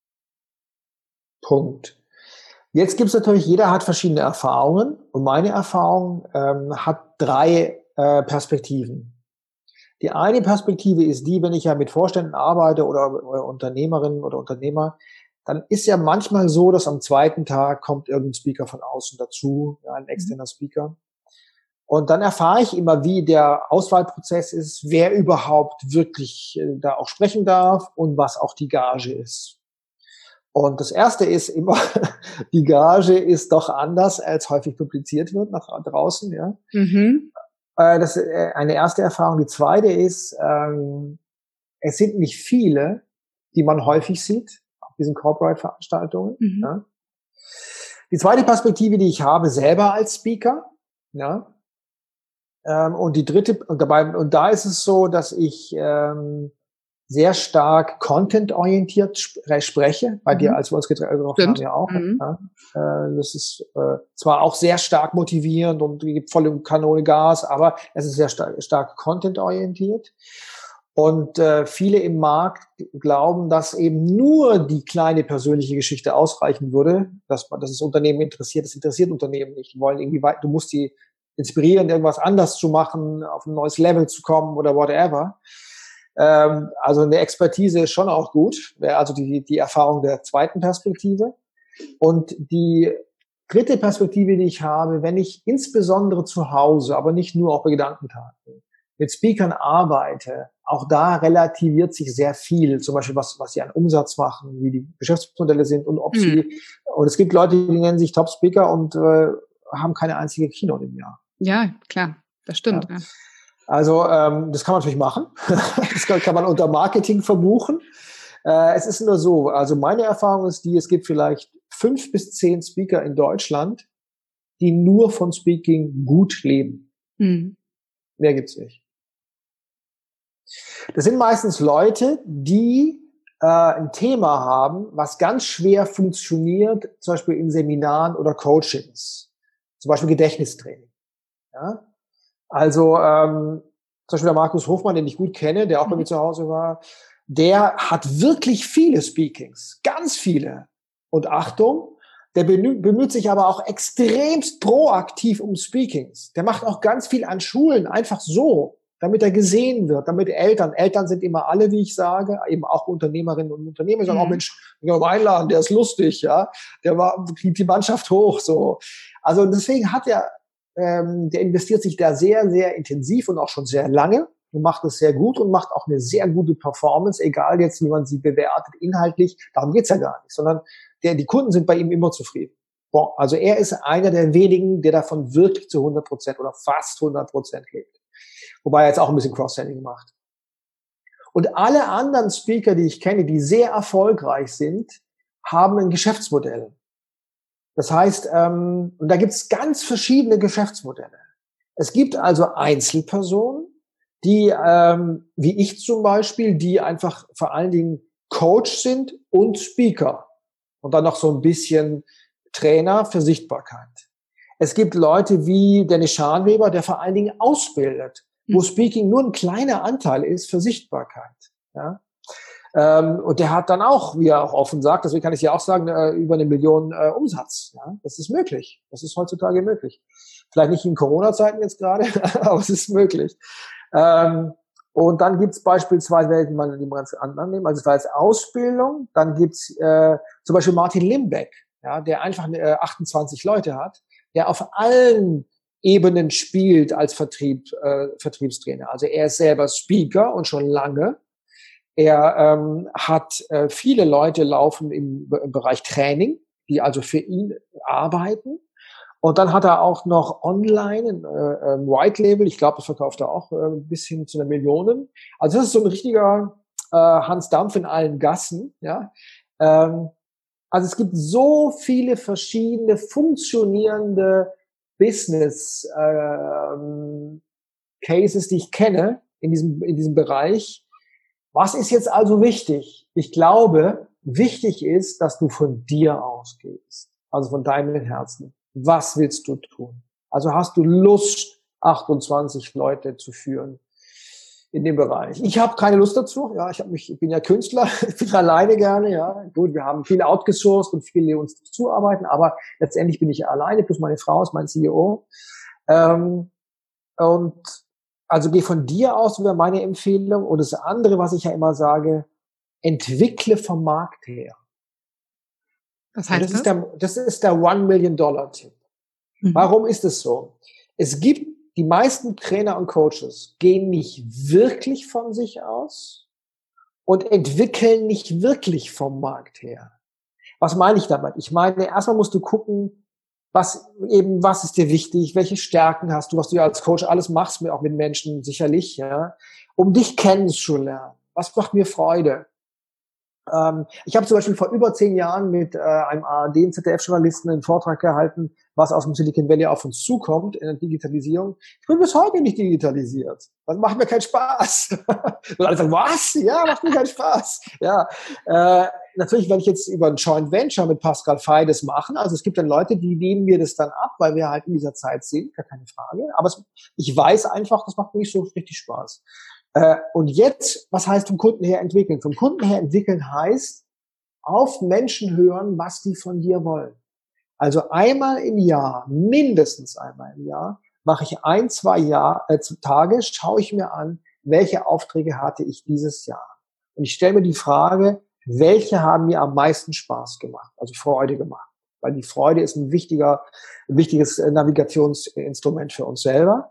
Punkt. Jetzt gibt es natürlich, jeder hat verschiedene Erfahrungen und meine Erfahrung ähm, hat drei äh, Perspektiven. Die eine Perspektive ist die, wenn ich ja mit Vorständen arbeite oder, oder Unternehmerinnen oder Unternehmer, dann ist ja manchmal so, dass am zweiten Tag kommt irgendein Speaker von außen dazu, ja, ein externer Speaker. Und dann erfahre ich immer, wie der Auswahlprozess ist, wer überhaupt wirklich äh, da auch sprechen darf und was auch die Gage ist. Und das Erste ist immer, die Gage ist doch anders, als häufig publiziert wird nach draußen. Ja, mhm. äh, das ist eine erste Erfahrung. Die zweite ist, ähm, es sind nicht viele, die man häufig sieht auf diesen Corporate-Veranstaltungen. Mhm. Ja. Die zweite Perspektive, die ich habe, selber als Speaker. Ja, ähm, und die dritte, und dabei, und da ist es so, dass ich ähm, sehr stark content-orientiert sp- spreche, bei mhm. dir, als wir uns getroffen haben, ja auch. Mhm. Ja. Äh, das ist äh, zwar auch sehr stark motivierend und gibt volle Kanone Gas, aber es ist sehr stark, stark content-orientiert. Und äh, viele im Markt glauben, dass eben nur die kleine persönliche Geschichte ausreichen würde, dass man, dass das Unternehmen interessiert. Das interessiert Unternehmen nicht. Die wollen irgendwie weit, du musst die inspirieren, irgendwas anders zu machen, auf ein neues Level zu kommen oder whatever. Ähm, also eine Expertise ist schon auch gut, wäre also die, die Erfahrung der zweiten Perspektive. Und die dritte Perspektive, die ich habe, wenn ich insbesondere zu Hause, aber nicht nur auch bei Gedankentagen, mit Speakern arbeite, auch da relativiert sich sehr viel, zum Beispiel was, was sie an Umsatz machen, wie die Geschäftsmodelle sind und ob mhm. sie, und es gibt Leute, die nennen sich Top-Speaker und äh, haben keine einzige Keynote im Jahr. Ja, klar, das stimmt. Ja. Ja. Also ähm, das kann man natürlich machen, das kann, kann man unter Marketing verbuchen. Äh, es ist nur so, also meine Erfahrung ist die, es gibt vielleicht fünf bis zehn Speaker in Deutschland, die nur von Speaking gut leben. Mhm. Mehr gibt's nicht. Das sind meistens Leute, die äh, ein Thema haben, was ganz schwer funktioniert, zum Beispiel in Seminaren oder Coachings, zum Beispiel Gedächtnistraining. Ja? Also ähm, zum Beispiel der Markus Hofmann, den ich gut kenne, der auch bei mir zu Hause war, der hat wirklich viele Speakings, ganz viele. Und Achtung, der bemüht sich aber auch extremst proaktiv um Speakings. Der macht auch ganz viel an Schulen, einfach so, damit er gesehen wird, damit Eltern, Eltern sind immer alle, wie ich sage, eben auch Unternehmerinnen und Unternehmer, sagen, mhm. oh Mensch, ich kann mal einladen, der ist lustig, ja, der war, kriegt die Mannschaft hoch, so. Also deswegen hat er, ähm, der investiert sich da sehr, sehr intensiv und auch schon sehr lange und macht es sehr gut und macht auch eine sehr gute Performance, egal jetzt, wie man sie bewertet, inhaltlich, darum geht's ja gar nicht, sondern der, die Kunden sind bei ihm immer zufrieden. Boah, also er ist einer der wenigen, der davon wirklich zu hundert Prozent oder fast hundert Prozent lebt. Wobei er jetzt auch ein bisschen Cross-Selling macht. Und alle anderen Speaker, die ich kenne, die sehr erfolgreich sind, haben ein Geschäftsmodell. Das heißt, ähm, und da gibt es ganz verschiedene Geschäftsmodelle. Es gibt also Einzelpersonen, die, ähm, wie ich zum Beispiel, die einfach vor allen Dingen Coach sind und Speaker. Und dann noch so ein bisschen Trainer für Sichtbarkeit. Es gibt Leute wie Dennis Scharnweber, der vor allen Dingen ausbildet, wo Speaking nur ein kleiner Anteil ist für Sichtbarkeit. Ja? Ähm, und der hat dann auch, wie er auch offen sagt, deswegen kann ich ja auch sagen, äh, über eine Million äh, Umsatz. Ja? Das ist möglich. Das ist heutzutage möglich. Vielleicht nicht in Corona-Zeiten jetzt gerade, aber es ist möglich. Ähm, und dann gibt's beispielsweise, wenn man die ganz anderen nehmen, also es war jetzt Ausbildung, dann gibt's äh, zum Beispiel Martin Limbeck, ja, der einfach äh, achtundzwanzig Leute hat, der auf allen Ebenen spielt als Vertrieb, äh, Vertriebstrainer. Also er ist selber Speaker und schon lange. Er ähm, hat äh, viele Leute laufen im, im Bereich Training, die also für ihn arbeiten. Und dann hat er auch noch online ein, äh, ein White Label. Ich glaube, das verkauft er auch äh, bis hin zu einer Million. Also das ist so ein richtiger äh, Hans Dampf in allen Gassen. Ja. Ähm, also es gibt so viele verschiedene funktionierende Business ähm, Cases, die ich kenne in diesem in diesem Bereich. Was ist jetzt also wichtig? Ich glaube, wichtig ist, dass du von dir ausgehst, also von deinem Herzen. Was willst du tun? Also hast du Lust, achtundzwanzig Leute zu führen in dem Bereich? Ich habe keine Lust dazu. Ja, ich habe mich, ich bin ja Künstler, ich bin alleine gerne. Ja, gut, wir haben viel outgesourced und viele, die uns zuarbeiten, aber letztendlich bin ich alleine. Plus meine Frau ist mein C E O. Ähm, und also geh von dir aus, wäre meine Empfehlung. Und das andere, was ich ja immer sage, entwickle vom Markt her. Was heißt das? Das ist der, das ist der One-Million-Dollar-Tipp. Mhm. Warum ist es so? Es gibt, die meisten Trainer und Coaches gehen nicht wirklich von sich aus und entwickeln nicht wirklich vom Markt her. Was meine ich damit? Ich meine, erstmal musst du gucken, was eben, was ist dir wichtig, welche Stärken hast du, was du ja als Coach alles machst, auch mit Menschen sicherlich, ja, um dich kennenzulernen. Was macht mir Freude? Ähm, ich habe zum Beispiel vor über zehn Jahren mit äh, einem A R D- und Z D F-Journalisten einen Vortrag gehalten, was aus dem Silicon Valley auf uns zukommt in der Digitalisierung. Ich bin bis heute nicht digitalisiert. Das macht mir keinen Spaß. Und alle sagen, was? Ja, macht mir keinen Spaß. Ja, äh, natürlich, wenn ich jetzt über ein Joint Venture mit Pascal Fey das machen, also es gibt dann Leute, die nehmen mir das dann ab, weil wir halt in dieser Zeit sind, gar keine Frage. Aber es, ich weiß einfach, das macht mir nicht so richtig Spaß. Äh, und jetzt, was heißt vom Kunden her entwickeln? Vom Kunden her entwickeln heißt, auf Menschen hören, was die von dir wollen. Also einmal im Jahr, mindestens einmal im Jahr, mache ich ein, zwei Jahr, äh, Tage, schaue ich mir an, welche Aufträge hatte ich dieses Jahr. Und ich stelle mir die Frage, welche haben mir am meisten Spaß gemacht, also Freude gemacht. Weil die Freude ist ein wichtiger, ein wichtiges Navigationsinstrument für uns selber.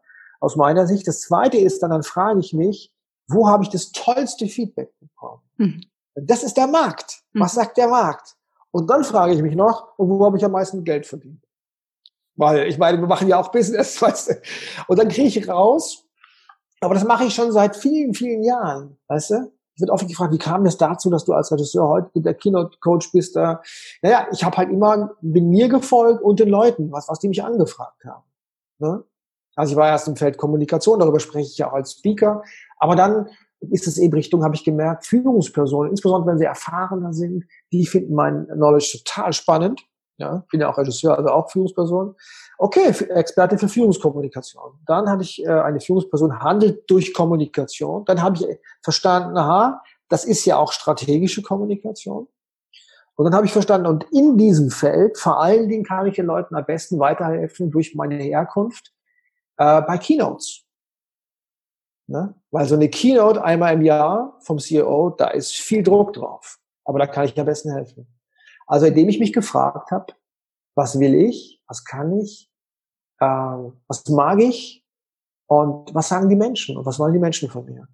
aus meiner Sicht. Das Zweite ist dann, dann frage ich mich, wo habe ich das tollste Feedback bekommen? Mhm. Das ist der Markt. Was mhm. sagt der Markt? Und dann frage ich mich noch, und wo habe ich am meisten Geld verdient? Weil, ich meine, wir machen ja auch Business, weißt du. Und dann kriege ich raus, aber das mache ich schon seit vielen, vielen Jahren, weißt du. Ich werde oft gefragt, wie kam es dazu, dass du als Regisseur heute der Keynote-Coach bist? Da? Naja, ich habe halt immer, bin mir gefolgt und den Leuten, was, was die mich angefragt haben. Ne? Also ich war erst im Feld Kommunikation, darüber spreche ich ja auch als Speaker. Aber dann ist es eben Richtung, habe ich gemerkt, Führungspersonen, insbesondere wenn sie erfahrener sind, die finden mein Knowledge total spannend. Ja, bin ja auch Regisseur, also auch Führungsperson. Okay, Experte für Führungskommunikation. Dann habe ich äh, eine Führungsperson handelt durch Kommunikation. Dann habe ich verstanden, aha, das ist ja auch strategische Kommunikation. Und dann habe ich verstanden, und in diesem Feld, vor allen Dingen kann ich den Leuten am besten weiterhelfen durch meine Herkunft äh, bei Keynotes. Ne? Weil so eine Keynote einmal im Jahr vom C E O, da ist viel Druck drauf. Aber da kann ich am besten helfen. Also indem ich mich gefragt habe, was will ich, was kann ich, äh, was mag ich und was sagen die Menschen und was wollen die Menschen von mir.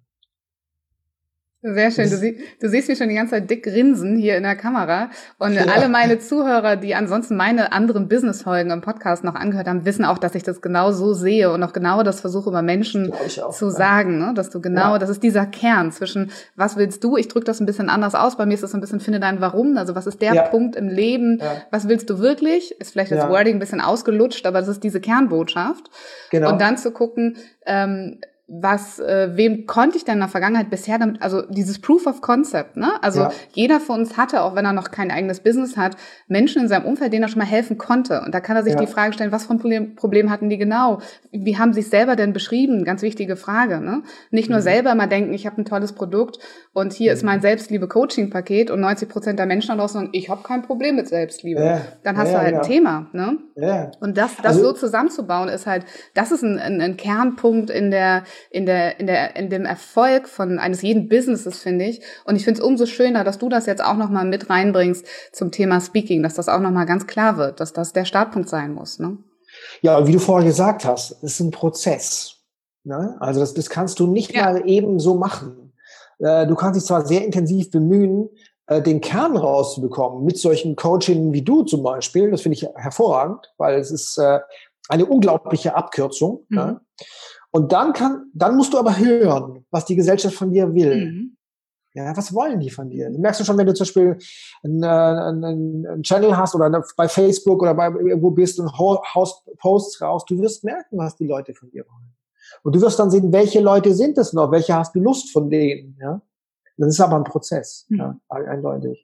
Sehr schön. Du, sie, du siehst mich schon die ganze Zeit dick grinsen hier in der Kamera. Und ja. alle meine Zuhörer, die ansonsten meine anderen Business-Folgen im Podcast noch angehört haben, wissen auch, dass ich das genau so sehe und auch genau das versuche, über Menschen auch, zu ja. sagen. Ne? Dass du genau, ja. das ist dieser Kern zwischen, was willst du? Ich drücke das ein bisschen anders aus. Bei mir ist das so ein bisschen, finde dein Warum. Also was ist der ja. Punkt im Leben? Ja. Was willst du wirklich? Ist vielleicht das ja. Wording ein bisschen ausgelutscht, aber das ist diese Kernbotschaft. Genau. Und dann zu gucken, ähm, was, äh, wem konnte ich denn in der Vergangenheit bisher damit, also dieses Proof of Concept, ne? Also ja. jeder von uns hatte, auch wenn er noch kein eigenes Business hat, Menschen in seinem Umfeld, denen er schon mal helfen konnte. Und da kann er sich ja. die Frage stellen, was für ein Problem, Problem hatten die genau? Wie haben sie es selber denn beschrieben? Ganz wichtige Frage, ne? Nicht nur mhm. selber mal denken, ich habe ein tolles Produkt und hier mhm. ist mein Selbstliebe-Coaching-Paket und neunzig Prozent der Menschen da draußen sagen, ich habe kein Problem mit Selbstliebe. Ja. Dann hast ja, du halt ja. ein Thema, ne? Ja. Und das, das also, so zusammenzubauen ist halt, das ist ein, ein, ein Kernpunkt in der in der, in der, in dem Erfolg von eines jeden Businesses, finde ich. Und ich finde es umso schöner, dass du das jetzt auch nochmal mit reinbringst zum Thema Speaking, dass das auch nochmal ganz klar wird, dass das der Startpunkt sein muss, ne? Ja, und wie du vorher gesagt hast, es ist ein Prozess, ne? Also das, das kannst du nicht ja. mal eben so machen. Äh, du kannst dich zwar sehr intensiv bemühen, äh, den Kern rauszubekommen, mit solchen Coachingen wie du zum Beispiel. Das finde ich hervorragend, weil es ist äh, eine unglaubliche Abkürzung, mhm. ne? Und dann kann, dann musst du aber hören, was die Gesellschaft von dir will. Mhm. Ja, was wollen die von dir? Du merkst du schon, wenn du zum Beispiel einen, einen, einen Channel hast oder bei Facebook oder bei irgendwo bist und haust Posts raus, du wirst merken, was die Leute von dir wollen. Und du wirst dann sehen, welche Leute sind es noch, welche hast du Lust von denen, ja? Das ist aber ein Prozess, mhm. ja, eindeutig.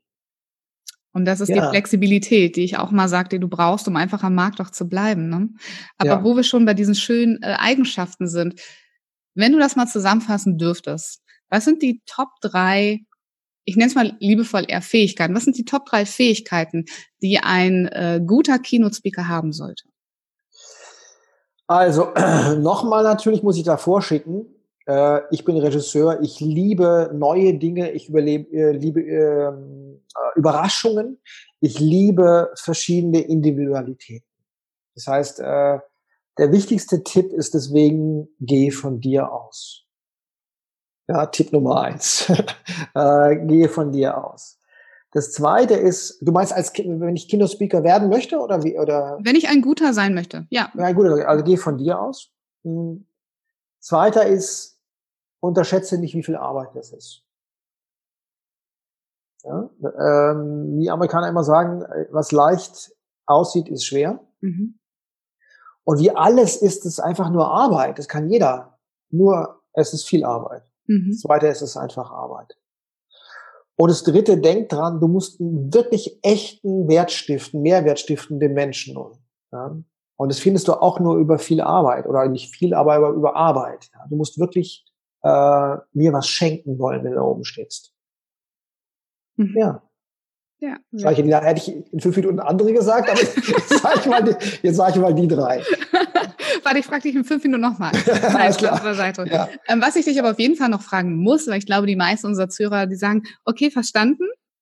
Und das ist ja. die Flexibilität, die ich auch mal sagte, die du brauchst, um einfach am Markt auch zu bleiben. Ne? Aber ja. wo wir schon bei diesen schönen äh, Eigenschaften sind, wenn du das mal zusammenfassen dürftest, was sind die Top drei, ich nenne es mal liebevoll eher Fähigkeiten, was sind die Top drei Fähigkeiten, die ein äh, guter Keynote-Speaker haben sollte? Also, äh, nochmal natürlich muss ich da vorschicken, äh, ich bin Regisseur, ich liebe neue Dinge, ich überlebe, äh, liebe äh, Überraschungen. Ich liebe verschiedene Individualitäten. Das heißt, äh, der wichtigste Tipp ist deswegen, geh von dir aus. Ja, Tipp Nummer eins. äh, gehe von dir aus. Das zweite ist, du meinst, als wenn ich Keynote Speaker werden möchte oder wie? Oder? Wenn ich ein guter sein möchte, ja. Ja, ein guter, also geh von dir aus. Hm. Zweiter ist, unterschätze nicht, wie viel Arbeit das ist. Ja, ähm, die Amerikaner immer sagen, was leicht aussieht, ist schwer. Mhm. Und wie alles ist es einfach nur Arbeit. Das kann jeder. Nur es ist viel Arbeit. Mhm. Das zweite ist es einfach Arbeit. Und das dritte, denk dran, du musst einen wirklich echten Wert stiften, Mehrwert stiften dem Menschen. Ja? Und das findest du auch nur über viel Arbeit. Oder nicht viel, aber über Arbeit. Ja? Du musst wirklich äh, mir was schenken wollen, wenn du da oben stehst. Mhm. Ja. Ja. Sag ich, da hätte ich in fünf Minuten andere gesagt, aber jetzt sage ich mal die, jetzt sag ich mal die drei. Warte, ich frage dich in fünf Minuten nochmal. Alles klar. Ja. Ähm, was ich dich aber auf jeden Fall noch fragen muss, weil ich glaube, die meisten unserer Zuhörer, die sagen, okay, verstanden,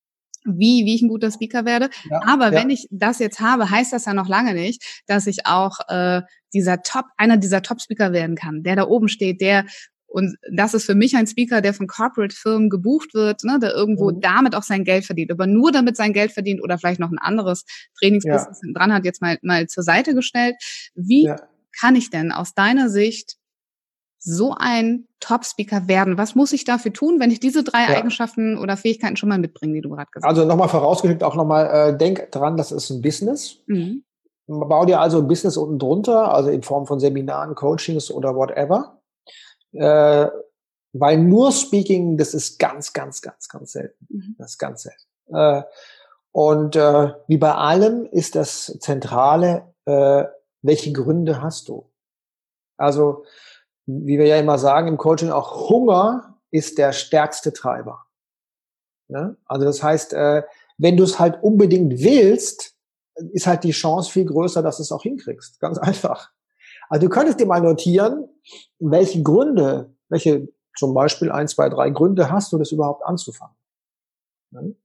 wie, wie ich ein guter Speaker werde. Ja, Aber ja. wenn ich das jetzt habe, heißt das ja noch lange nicht, dass ich auch äh, dieser Top, einer dieser Top-Speaker werden kann, der da oben steht, der, und das ist für mich ein Speaker, der von Corporate-Firmen gebucht wird, ne, der irgendwo Mhm. damit auch sein Geld verdient, aber nur damit sein Geld verdient oder vielleicht noch ein anderes Trainingsbusiness Ja. dran hat, jetzt mal, mal zur Seite gestellt. Wie Ja. kann ich denn aus deiner Sicht so ein Top-Speaker werden? Was muss ich dafür tun, wenn ich diese drei Ja. Eigenschaften oder Fähigkeiten schon mal mitbringe, die du gerade gesagt hast? Also nochmal vorausgeschickt, auch nochmal, äh, denk dran, das ist ein Business. Mhm. Bau dir also ein Business unten drunter, also in Form von Seminaren, Coachings oder whatever. Äh, weil nur Speaking, das ist ganz, ganz, ganz, ganz selten. Mhm. Das ist ganz selten. Äh, und äh, wie bei allem ist das Zentrale, äh, welche Gründe hast du? Also, wie wir ja immer sagen im Coaching, auch Hunger ist der stärkste Treiber. Ne? Also das heißt, äh, wenn du es halt unbedingt willst, ist halt die Chance viel größer, dass du es auch hinkriegst. Ganz einfach. Also du könntest dir mal notieren, welche Gründe, welche zum Beispiel ein, zwei, drei Gründe hast du, das überhaupt anzufangen. Ne?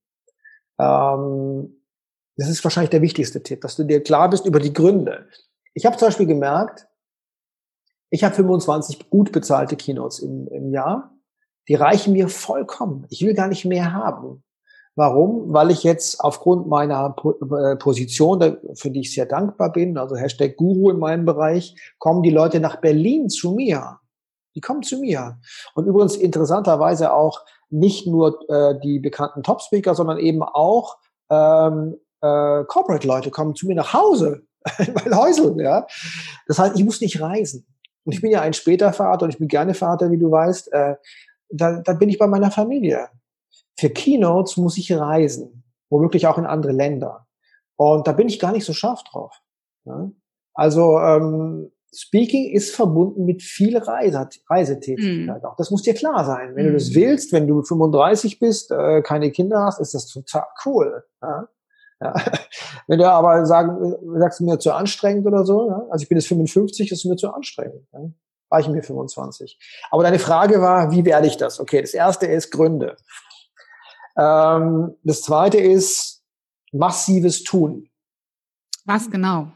Ähm, das ist wahrscheinlich der wichtigste Tipp, dass du dir klar bist über die Gründe. Ich habe zum Beispiel gemerkt, ich habe fünfundzwanzig gut bezahlte Keynotes im, im Jahr. Die reichen mir vollkommen. Ich will gar nicht mehr haben. Warum? Weil ich jetzt aufgrund meiner Position, für die ich sehr dankbar bin, also Hashtag Guru in meinem Bereich, kommen die Leute nach Berlin zu mir. Die kommen zu mir. Und übrigens interessanterweise auch nicht nur äh, die bekannten Top-Speaker, sondern eben auch ähm, äh, Corporate-Leute kommen zu mir nach Hause, in mein Häusl. Ja? Das heißt, ich muss nicht reisen. Und ich bin ja ein später Vater und ich bin gerne Vater, wie du weißt. Äh, da, da bin ich bei meiner Familie. Für Keynotes muss ich reisen, womöglich auch in andere Länder. Und da bin ich gar nicht so scharf drauf. Ja? Also ähm, Speaking ist verbunden mit viel Reise, Reisetätigkeit. Mhm. Auch das muss dir klar sein. Wenn Mhm. du das willst, wenn du fünfunddreißig bist, äh, keine Kinder hast, ist das total cool. Ja? Ja. Wenn du aber sagen, sagst du mir zu anstrengend oder so, ja? Also ich bin jetzt fünfundfünfzig, das ist mir zu anstrengend. Ja? War ich mir fünfundzwanzig. Aber deine Frage war, wie werde ich das? Okay, das erste ist Gründe. Ähm, das zweite ist massives Tun. Was genau?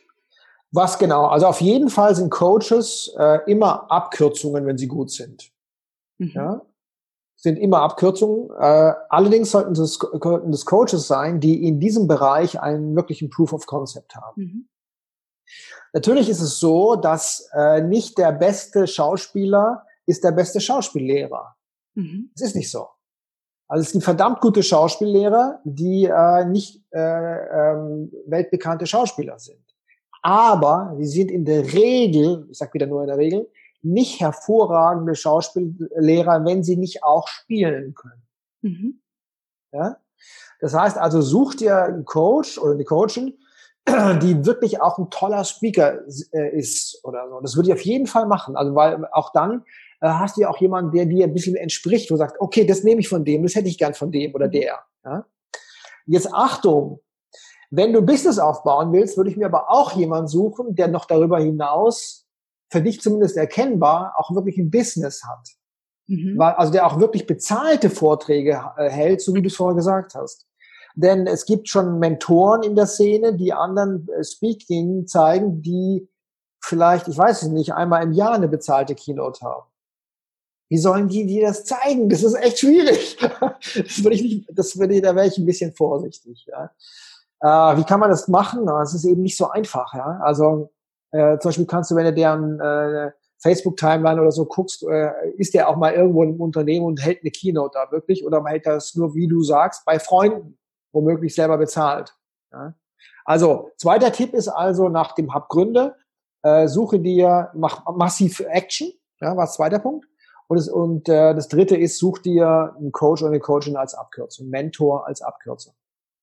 Was genau? Also auf jeden Fall sind Coaches äh, immer Abkürzungen, wenn sie gut sind. Mhm. Ja? Sind immer Abkürzungen. Äh, allerdings sollten es sollten das Coaches sein, die in diesem Bereich einen wirklichen Proof of Concept haben. Mhm. Natürlich ist es so, dass äh, nicht der beste Schauspieler ist der beste Schauspiellehrer. Mhm. Es ist nicht so. Also es gibt verdammt gute Schauspiellehrer, die äh, nicht äh, ähm, weltbekannte Schauspieler sind. Aber sie sind in der Regel, ich sage wieder nur in der Regel, nicht hervorragende Schauspiellehrer, wenn sie nicht auch spielen können. Mhm. Ja? Das heißt also, such dir einen Coach oder eine Coachin, die wirklich auch ein toller Speaker äh, ist oder so. Das würde ich auf jeden Fall machen. Also weil auch dann äh, hast du ja auch jemanden, der dir ein bisschen entspricht, wo du sagst, okay, das nehme ich von dem, das hätte ich gern von dem oder der. Ja? Jetzt Achtung, wenn du Business aufbauen willst, würde ich mir aber auch jemanden suchen, der noch darüber hinaus, für dich zumindest erkennbar, auch wirklich ein Business hat. Mhm. Also der auch wirklich bezahlte Vorträge äh, hält, so wie du es vorher gesagt hast. Denn es gibt schon Mentoren in der Szene, die anderen äh, Speaking zeigen, die vielleicht, ich weiß es nicht, einmal im Jahr eine bezahlte Keynote haben. Wie sollen die dir das zeigen? Das ist echt schwierig. Das würde ich nicht, das würde ich, da wäre ich ein bisschen vorsichtig. Ja. Äh, wie kann man das machen? Es ist eben nicht so einfach. Ja. Also äh, zum Beispiel kannst du, wenn du deren äh, Facebook-Timeline oder so guckst, äh, ist der auch mal irgendwo im Unternehmen und hält eine Keynote da wirklich oder hält das nur, wie du sagst, bei Freunden, womöglich selber bezahlt. Ja. Also zweiter Tipp ist also nach dem Hab Gründe, äh, suche dir, mach massiv Action, ja, war zweiter Punkt. Und, das, und äh, das dritte ist, such dir einen Coach oder eine Coachin als Abkürzung, Mentor als Abkürzung.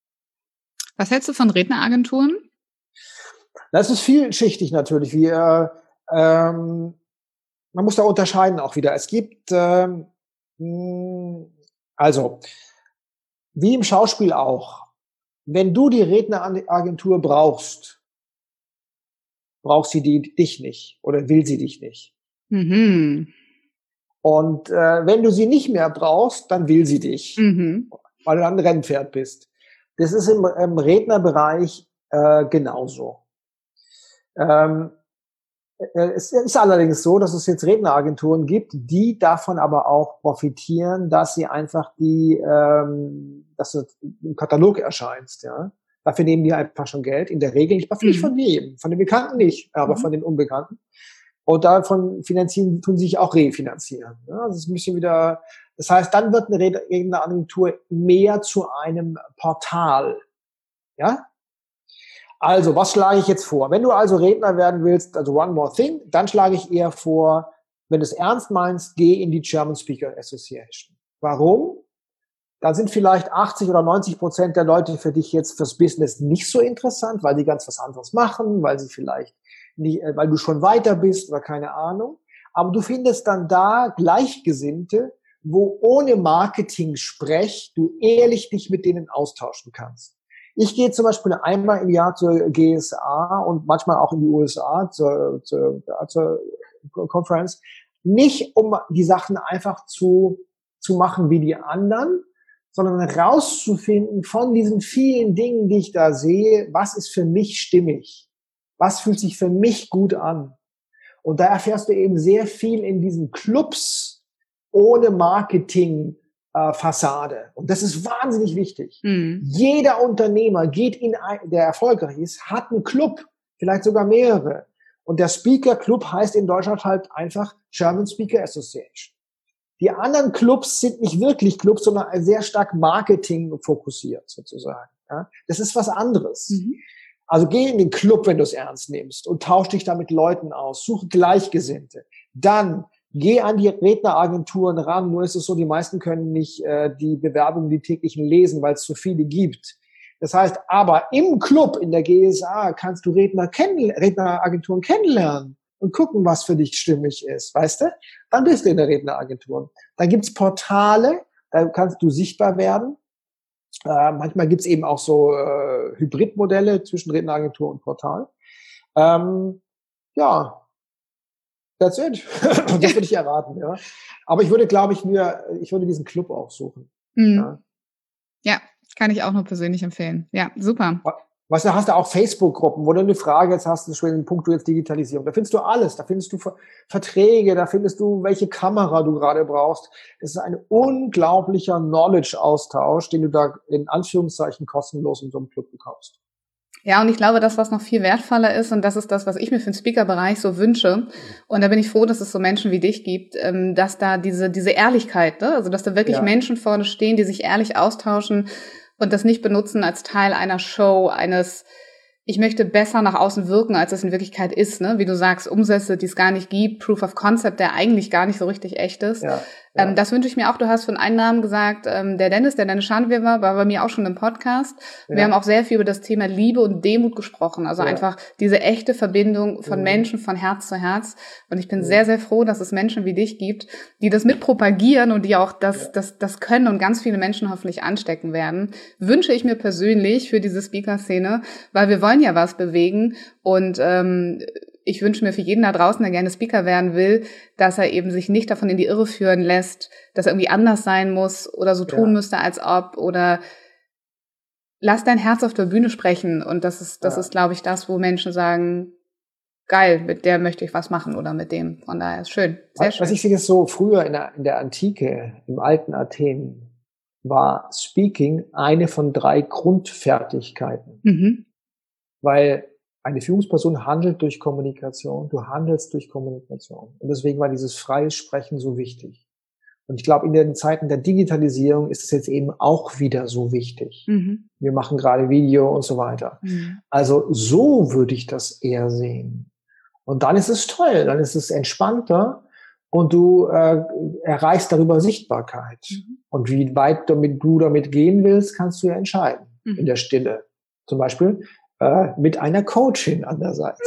Was hältst du von Redneragenturen? Das ist vielschichtig natürlich. Wie, äh, ähm, man muss da unterscheiden auch wieder. Es gibt, ähm, also, wie im Schauspiel auch, wenn du die Redneragentur brauchst, braucht sie die, dich nicht oder will sie dich nicht. Mhm. Und äh, wenn du sie nicht mehr brauchst, dann will sie dich. Mhm. weil du dann ein Rennpferd bist. Das ist im, im Rednerbereich äh, genauso. Ähm, Es ist allerdings so, dass es jetzt Redneragenturen gibt, die davon aber auch profitieren, dass sie einfach die, ähm, dass du im Katalog erscheinst, ja. Dafür nehmen die einfach schon Geld. In der Regel nicht, nicht von jedem, von den Bekannten nicht, aber mhm. von den Unbekannten. Und davon finanzieren, tun sie sich auch refinanzieren. Ja, das ist ein bisschen wieder, das heißt, dann wird eine Redneragentur mehr zu einem Portal, ja. Also, was schlage ich jetzt vor? Wenn du also Redner werden willst, also one more thing, dann schlage ich eher vor, wenn du es ernst meinst, geh in die German Speaker Association. Warum? Da sind vielleicht achtzig oder neunzig Prozent der Leute für dich jetzt fürs Business nicht so interessant, weil die ganz was anderes machen, weil sie vielleicht nicht, weil du schon weiter bist oder keine Ahnung. Aber du findest dann da Gleichgesinnte, wo ohne Marketing-Sprech du ehrlich dich mit denen austauschen kannst. Ich gehe zum Beispiel einmal im Jahr zur G S A und manchmal auch in die U S A zur, zur, zur Conference, nicht um die Sachen einfach zu, zu machen wie die anderen, sondern rauszufinden von diesen vielen Dingen, die ich da sehe, was ist für mich stimmig? Was fühlt sich für mich gut an? Und da erfährst du eben sehr viel in diesen Clubs ohne Marketing, Fassade. Und das ist wahnsinnig wichtig. Mhm. Jeder Unternehmer geht in ein, der erfolgreich ist, hat einen Club, vielleicht sogar mehrere. Und der Speaker Club heißt in Deutschland halt einfach German Speaker Association. Die anderen Clubs sind nicht wirklich Clubs, sondern sehr stark Marketing fokussiert sozusagen. Ja? Das ist was anderes. Mhm. Also geh in den Club, wenn du es ernst nimmst und tausch dich da mit Leuten aus, suche Gleichgesinnte. Dann geh an die Redneragenturen ran, nur ist es so, die meisten können nicht äh, die Bewerbungen, die täglichen lesen, weil es zu viele gibt. Das heißt, aber im Club, in der G S A, kannst du Redner kennen, Redneragenturen kennenlernen und gucken, was für dich stimmig ist, weißt du? Dann bist du in der Redneragentur. Dann gibt's Portale, da kannst du sichtbar werden. Äh, manchmal gibt's eben auch so äh, Hybridmodelle zwischen Redneragentur und Portal. Ähm, ja, that's it. Das würde ich erraten, ja. Aber ich würde, glaube ich, mir, ich würde diesen Club auch suchen. Mhm. Ja. Ja, kann ich auch nur persönlich empfehlen. Ja, super. Weißt du, hast du auch Facebook-Gruppen, wo du eine Frage jetzt hast, schon den Punkt, du jetzt Digitalisierung. Da findest du alles. Da findest du Verträge, da findest du, welche Kamera du gerade brauchst. Das ist ein unglaublicher Knowledge-Austausch, den du da in Anführungszeichen kostenlos in so einem Club bekommst. Ja, und ich glaube, das, was noch viel wertvoller ist, und das ist das, was ich mir für den Speaker-Bereich so wünsche, und da bin ich froh, dass es so Menschen wie dich gibt, dass da diese diese Ehrlichkeit, ne? Also dass da wirklich ja. Menschen vorne stehen, die sich ehrlich austauschen und das nicht benutzen als Teil einer Show, eines, ich möchte besser nach außen wirken, als es in Wirklichkeit ist, ne? Wie du sagst, Umsätze, die es gar nicht gibt, Proof of Concept, der eigentlich gar nicht so richtig echt ist. Ja. Ja. Ähm, das wünsche ich mir auch. Du hast von einem Namen gesagt, ähm, der Dennis, der Dennis Schanweber, war bei mir auch schon im Podcast. Ja. Wir haben auch sehr viel über das Thema Liebe und Demut gesprochen. Also ja. einfach diese echte Verbindung von mhm. Menschen von Herz zu Herz. Und ich bin mhm. sehr, sehr froh, dass es Menschen wie dich gibt, die das mit propagieren und die auch das, ja. das, das können und ganz viele Menschen hoffentlich anstecken werden. Wünsche ich mir persönlich für diese Speaker-Szene, weil wir wollen ja was bewegen und ähm, ich wünsche mir für jeden da draußen, der gerne Speaker werden will, dass er eben sich nicht davon in die Irre führen lässt, dass er irgendwie anders sein muss oder so tun ja. müsste, als ob, oder lass dein Herz auf der Bühne sprechen. Und das ist, das ja. ist, glaube ich, das, wo Menschen sagen, geil, mit der möchte ich was machen oder mit dem. Von daher ist schön, sehr schön. Was ich sehe, ist so, früher in der, in der Antike, im alten Athen, war Speaking eine von drei Grundfertigkeiten. Mhm. Weil eine Führungsperson handelt durch Kommunikation, du handelst durch Kommunikation. Und deswegen war dieses freie Sprechen so wichtig. Und ich glaube, in den Zeiten der Digitalisierung ist es jetzt eben auch wieder so wichtig. Mhm. Wir machen gerade Video und so weiter. Mhm. Also so würde ich das eher sehen. Und dann ist es toll, dann ist es entspannter und du äh, erreichst darüber Sichtbarkeit. Mhm. Und wie weit damit, du damit gehen willst, kannst du ja entscheiden. Mhm. In der Stille. Zum Beispiel Äh, mit einer Coachin an der Seite.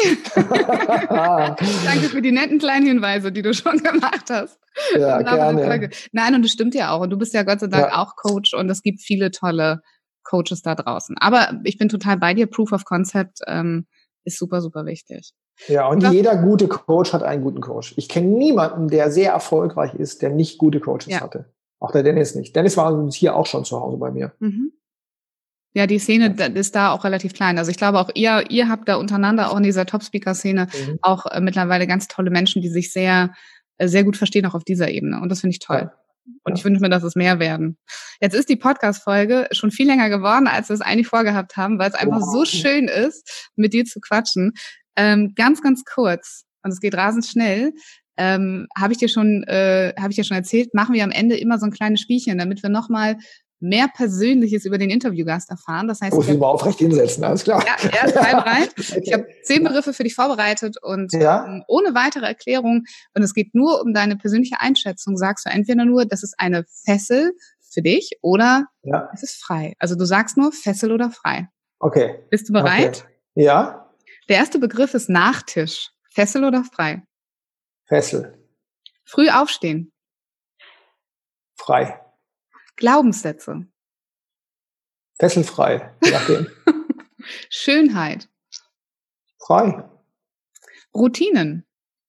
Danke für die netten kleinen Hinweise, die du schon gemacht hast. Ja, gerne. Nein, und das stimmt ja auch. Und du bist ja Gott sei Dank ja. auch Coach und es gibt viele tolle Coaches da draußen. Aber ich bin total bei dir. Proof of Concept ähm, ist super, super wichtig. Ja, und Was? jeder gute Coach hat einen guten Coach. Ich kenne niemanden, der sehr erfolgreich ist, der nicht gute Coaches ja. hatte. Auch der Dennis nicht. Dennis war hier auch schon zu Hause bei mir. Mhm. Ja, die Szene ist da auch relativ klein. Also ich glaube auch ihr, ihr habt da untereinander auch in dieser Top-Speaker-Szene mhm. auch äh, mittlerweile ganz tolle Menschen, die sich sehr, äh, sehr gut verstehen, auch auf dieser Ebene. Und das finde ich toll. Ja. Und ja. ich wünsche mir, dass es mehr werden. Jetzt ist die Podcast-Folge schon viel länger geworden, als wir es eigentlich vorgehabt haben, weil es einfach wow. so schön ist, mit dir zu quatschen. Ähm, ganz, ganz kurz, und es geht rasend schnell, ähm, habe ich dir schon, äh, habe ich dir schon erzählt, machen wir am Ende immer so ein kleines Spielchen, damit wir nochmal mehr Persönliches über den Interviewgast erfahren. Das heißt, muss ich mal aufrecht hinsetzen, alles klar. Ja, er ist frei bereit. Okay. Ich habe zehn Begriffe für dich vorbereitet und ja. ähm, ohne weitere Erklärung. Und es geht nur um deine persönliche Einschätzung. Sagst du entweder nur, das ist eine Fessel für dich oder ja. es ist frei. Also du sagst nur Fessel oder frei. Okay. Bist du bereit? Okay. Ja. Der erste Begriff ist Nachtisch. Fessel oder frei? Fessel. Früh aufstehen. Frei. Glaubenssätze. Fesselfrei, je nachdem. Schönheit. Frei. Routinen.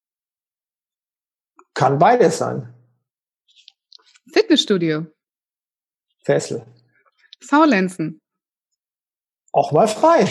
Kann beides sein. Fitnessstudio. Fessel. Faulenzen. Auch mal frei.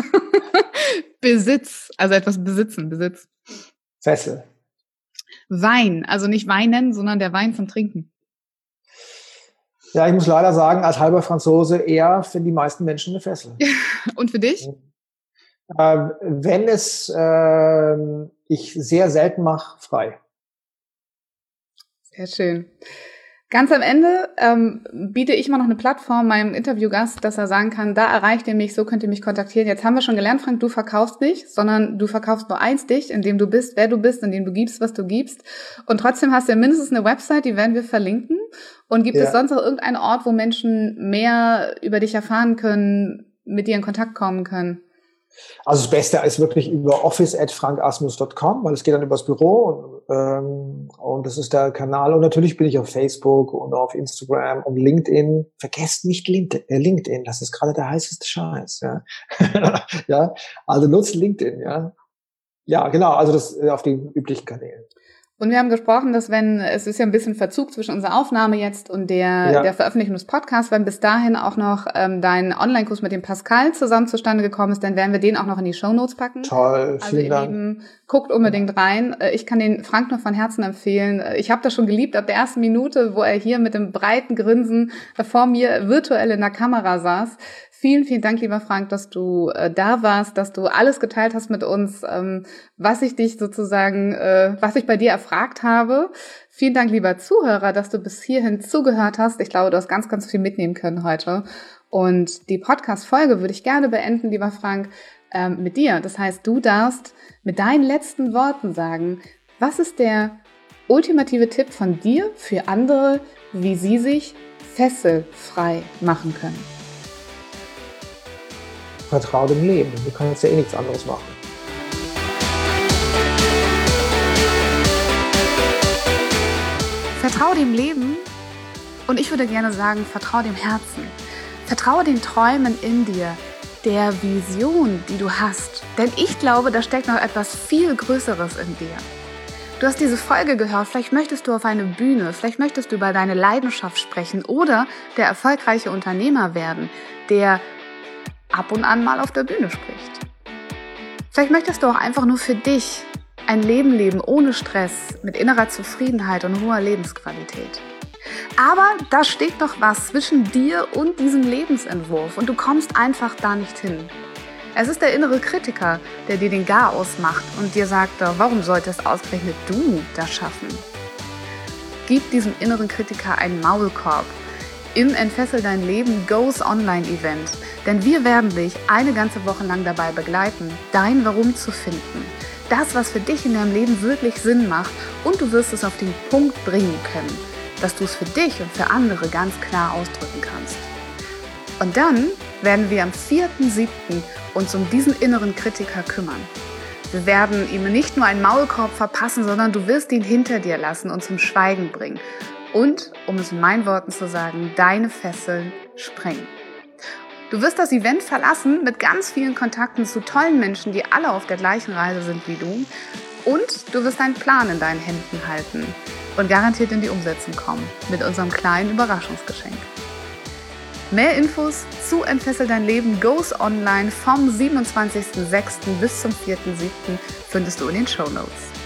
Besitz, also etwas besitzen, Besitz. Fessel. Wein, also nicht weinen, sondern der Wein zum Trinken. Ja, ich muss leider sagen, als halber Franzose eher für die meisten Menschen eine Fessel. Und für dich? Ähm, wenn es äh, ich sehr selten mache, frei. Sehr schön. Ganz am Ende ähm, biete ich mal noch eine Plattform meinem Interviewgast, dass er sagen kann, da erreicht ihr mich, so könnt ihr mich kontaktieren. Jetzt haben wir schon gelernt, Frank, du verkaufst nicht, sondern du verkaufst nur eins dich, indem du bist, wer du bist, indem du gibst, was du gibst. Und trotzdem hast du ja mindestens eine Website, die werden wir verlinken. Und gibt ja. es sonst noch irgendeinen Ort, wo Menschen mehr über dich erfahren können, mit dir in Kontakt kommen können? Also das Beste ist wirklich über office at frankasmus dot com, weil es geht dann übers Büro und, ähm, und das ist der Kanal. Und natürlich bin ich auf Facebook und auf Instagram und LinkedIn. Vergesst nicht LinkedIn, das ist gerade der heißeste Scheiß. Ja, ja, also nutzt LinkedIn, ja. Ja, genau, also das auf den üblichen Kanälen. Und wir haben gesprochen, dass wenn, es ist ja ein bisschen Verzug zwischen unserer Aufnahme jetzt und der, ja. der Veröffentlichung des Podcasts, wenn bis dahin auch noch ähm, dein Online-Kurs mit dem Pascal zusammen zustande gekommen ist, dann werden wir den auch noch in die Shownotes packen. Toll, vielen also ihr Dank. Lieben, guckt unbedingt rein. Ich kann den Frank nur von Herzen empfehlen. Ich habe das schon geliebt ab der ersten Minute, wo er hier mit dem breiten Grinsen vor mir virtuell in der Kamera saß. Vielen, vielen Dank, lieber Frank, dass du äh, da warst, dass du alles geteilt hast mit uns, ähm, was ich dich sozusagen, äh, was ich bei dir erfragt habe. Vielen Dank, lieber Zuhörer, dass du bis hierhin zugehört hast. Ich glaube, du hast ganz, ganz viel mitnehmen können heute. Und die Podcast-Folge würde ich gerne beenden, lieber Frank, ähm, mit dir. Das heißt, du darfst mit deinen letzten Worten sagen, was ist der ultimative Tipp von dir für andere, wie sie sich fesselfrei machen können? Vertrau dem Leben. Du kannst ja eh nichts anderes machen. Vertrau dem Leben und ich würde gerne sagen, vertrau dem Herzen. Vertraue den Träumen in dir, der Vision, die du hast. Denn ich glaube, da steckt noch etwas viel Größeres in dir. Du hast diese Folge gehört, vielleicht möchtest du auf eine Bühne, vielleicht möchtest du über deine Leidenschaft sprechen oder der erfolgreiche Unternehmer werden, der ab und an mal auf der Bühne spricht. Vielleicht möchtest du auch einfach nur für dich ein Leben leben ohne Stress, mit innerer Zufriedenheit und hoher Lebensqualität. Aber da steht noch was zwischen dir und diesem Lebensentwurf und du kommst einfach da nicht hin. Es ist der innere Kritiker, der dir den Garaus macht und dir sagt, warum sollte es ausgerechnet du das schaffen? Gib diesem inneren Kritiker einen Maulkorb im Entfessel dein Leben Goes Online Event. Denn wir werden dich eine ganze Woche lang dabei begleiten, dein Warum zu finden. Das, was für dich in deinem Leben wirklich Sinn macht und du wirst es auf den Punkt bringen können, dass du es für dich und für andere ganz klar ausdrücken kannst. Und dann werden wir am vierten siebten uns um diesen inneren Kritiker kümmern. Wir werden ihm nicht nur einen Maulkorb verpassen, sondern du wirst ihn hinter dir lassen und zum Schweigen bringen. Und, um es in meinen Worten zu sagen, deine Fesseln sprengen. Du wirst das Event verlassen mit ganz vielen Kontakten zu tollen Menschen, die alle auf der gleichen Reise sind wie du. Und du wirst einen Plan in deinen Händen halten. und garantiert in die Umsetzung kommen mit unserem kleinen Überraschungsgeschenk. Mehr Infos zu Entfessel dein Leben goes online vom siebenundzwanzigsten sechsten bis zum vierten siebten findest du in den Shownotes.